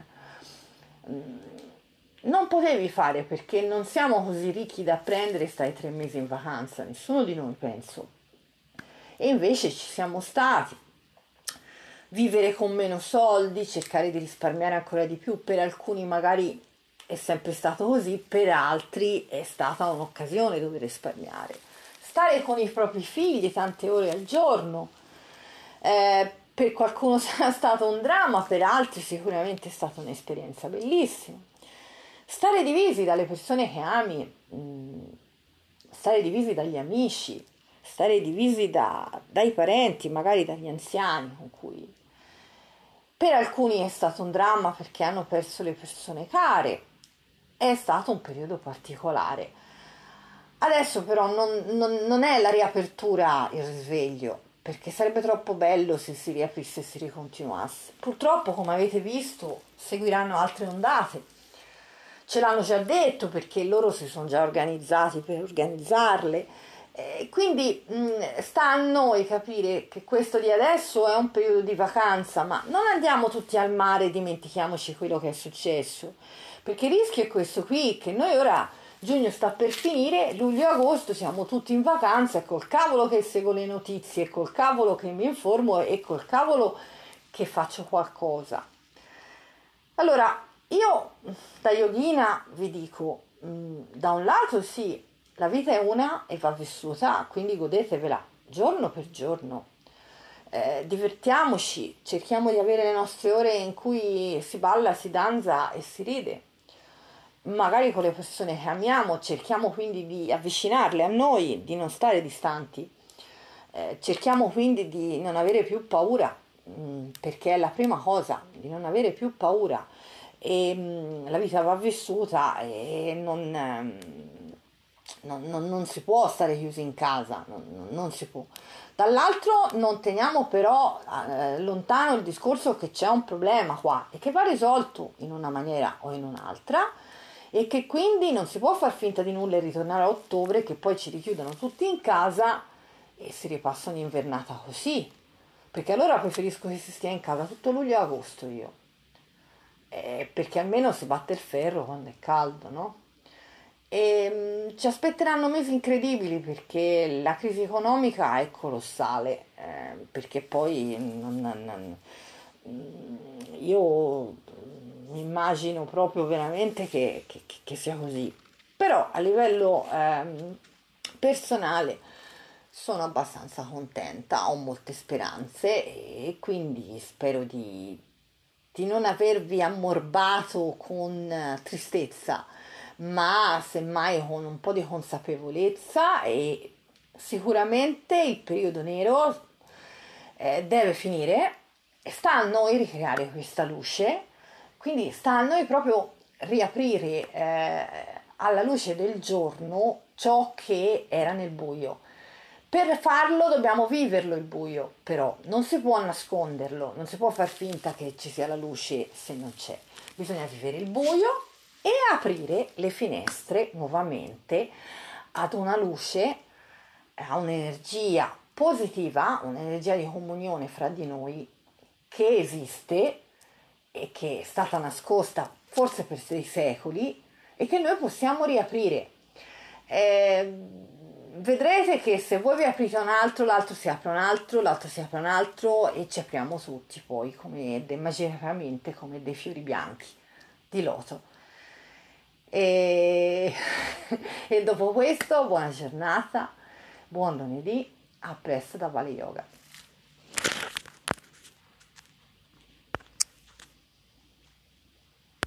non potevi fare perché non siamo così ricchi da prendere e stare 3 mesi in vacanza, nessuno di noi penso. E invece ci siamo stati. Vivere con meno soldi, cercare di risparmiare ancora di più, per alcuni magari è sempre stato così, per altri è stata un'occasione dove risparmiare. Stare con i propri figli tante ore al giorno, per qualcuno sarà stato un dramma, per altri sicuramente è stata un'esperienza bellissima. Stare divisi dalle persone che ami, stare divisi dagli amici, stare divisi dai parenti, magari dagli anziani con cui per alcuni è stato un dramma perché hanno perso le persone care, è stato un periodo particolare. Adesso però non è la riapertura il risveglio, perché sarebbe troppo bello se si riaprisse e si ricontinuasse. Purtroppo, come avete visto, seguiranno altre ondate. Ce l'hanno già detto perché loro si sono già organizzati per organizzarle. Quindi sta a noi capire che questo di adesso è un periodo di vacanza, ma non andiamo tutti al mare e dimentichiamoci quello che è successo, perché il rischio è questo qui, che noi ora giugno sta per finire, luglio e agosto siamo tutti in vacanza e col cavolo che seguo le notizie, col cavolo che mi informo e col cavolo che faccio qualcosa. Allora, io da yogina vi dico, da un lato sì, la vita è una e va vissuta, quindi godetevela giorno per giorno. Divertiamoci, cerchiamo di avere le nostre ore in cui si balla, si danza e si ride. Magari con le persone che amiamo, cerchiamo quindi di avvicinarle a noi, di non stare distanti. Cerchiamo quindi di non avere più paura, perché è la prima cosa, di non avere più paura. E la vita va vissuta e non si può stare chiusi in casa, non si può. Dall'altro non teniamo però lontano il discorso che c'è un problema qua e che va risolto in una maniera o in un'altra e che quindi non si può far finta di nulla e ritornare a ottobre che poi ci richiudono tutti in casa e si ripassa un'invernata così, perché allora preferisco che si stia in casa tutto luglio e agosto io, perché almeno si batte il ferro quando è caldo, no? E ci aspetteranno mesi incredibili perché la crisi economica è colossale, perché poi io mi immagino proprio veramente che sia così. Però a livello personale sono abbastanza contenta, ho molte speranze e quindi spero di non avervi ammorbato con tristezza, ma semmai con un po' di consapevolezza e sicuramente il periodo nero deve finire e sta a noi ricreare questa luce, quindi sta a noi proprio riaprire alla luce del giorno ciò che era nel buio. Per farlo dobbiamo viverlo il buio, però non si può nasconderlo, non si può far finta che ci sia la luce se non c'è. Bisogna vivere il buio e aprire le finestre nuovamente ad una luce, a un'energia positiva, un'energia di comunione fra di noi che esiste e che è stata nascosta forse per 6 secoli e che noi possiamo riaprire. Vedrete che se voi vi aprite un altro, l'altro si apre un altro, l'altro si apre un altro e ci apriamo tutti poi magicamente come dei fiori bianchi di loto. E, e dopo questo, buona giornata, buon lunedì A presto da Vale Yoga.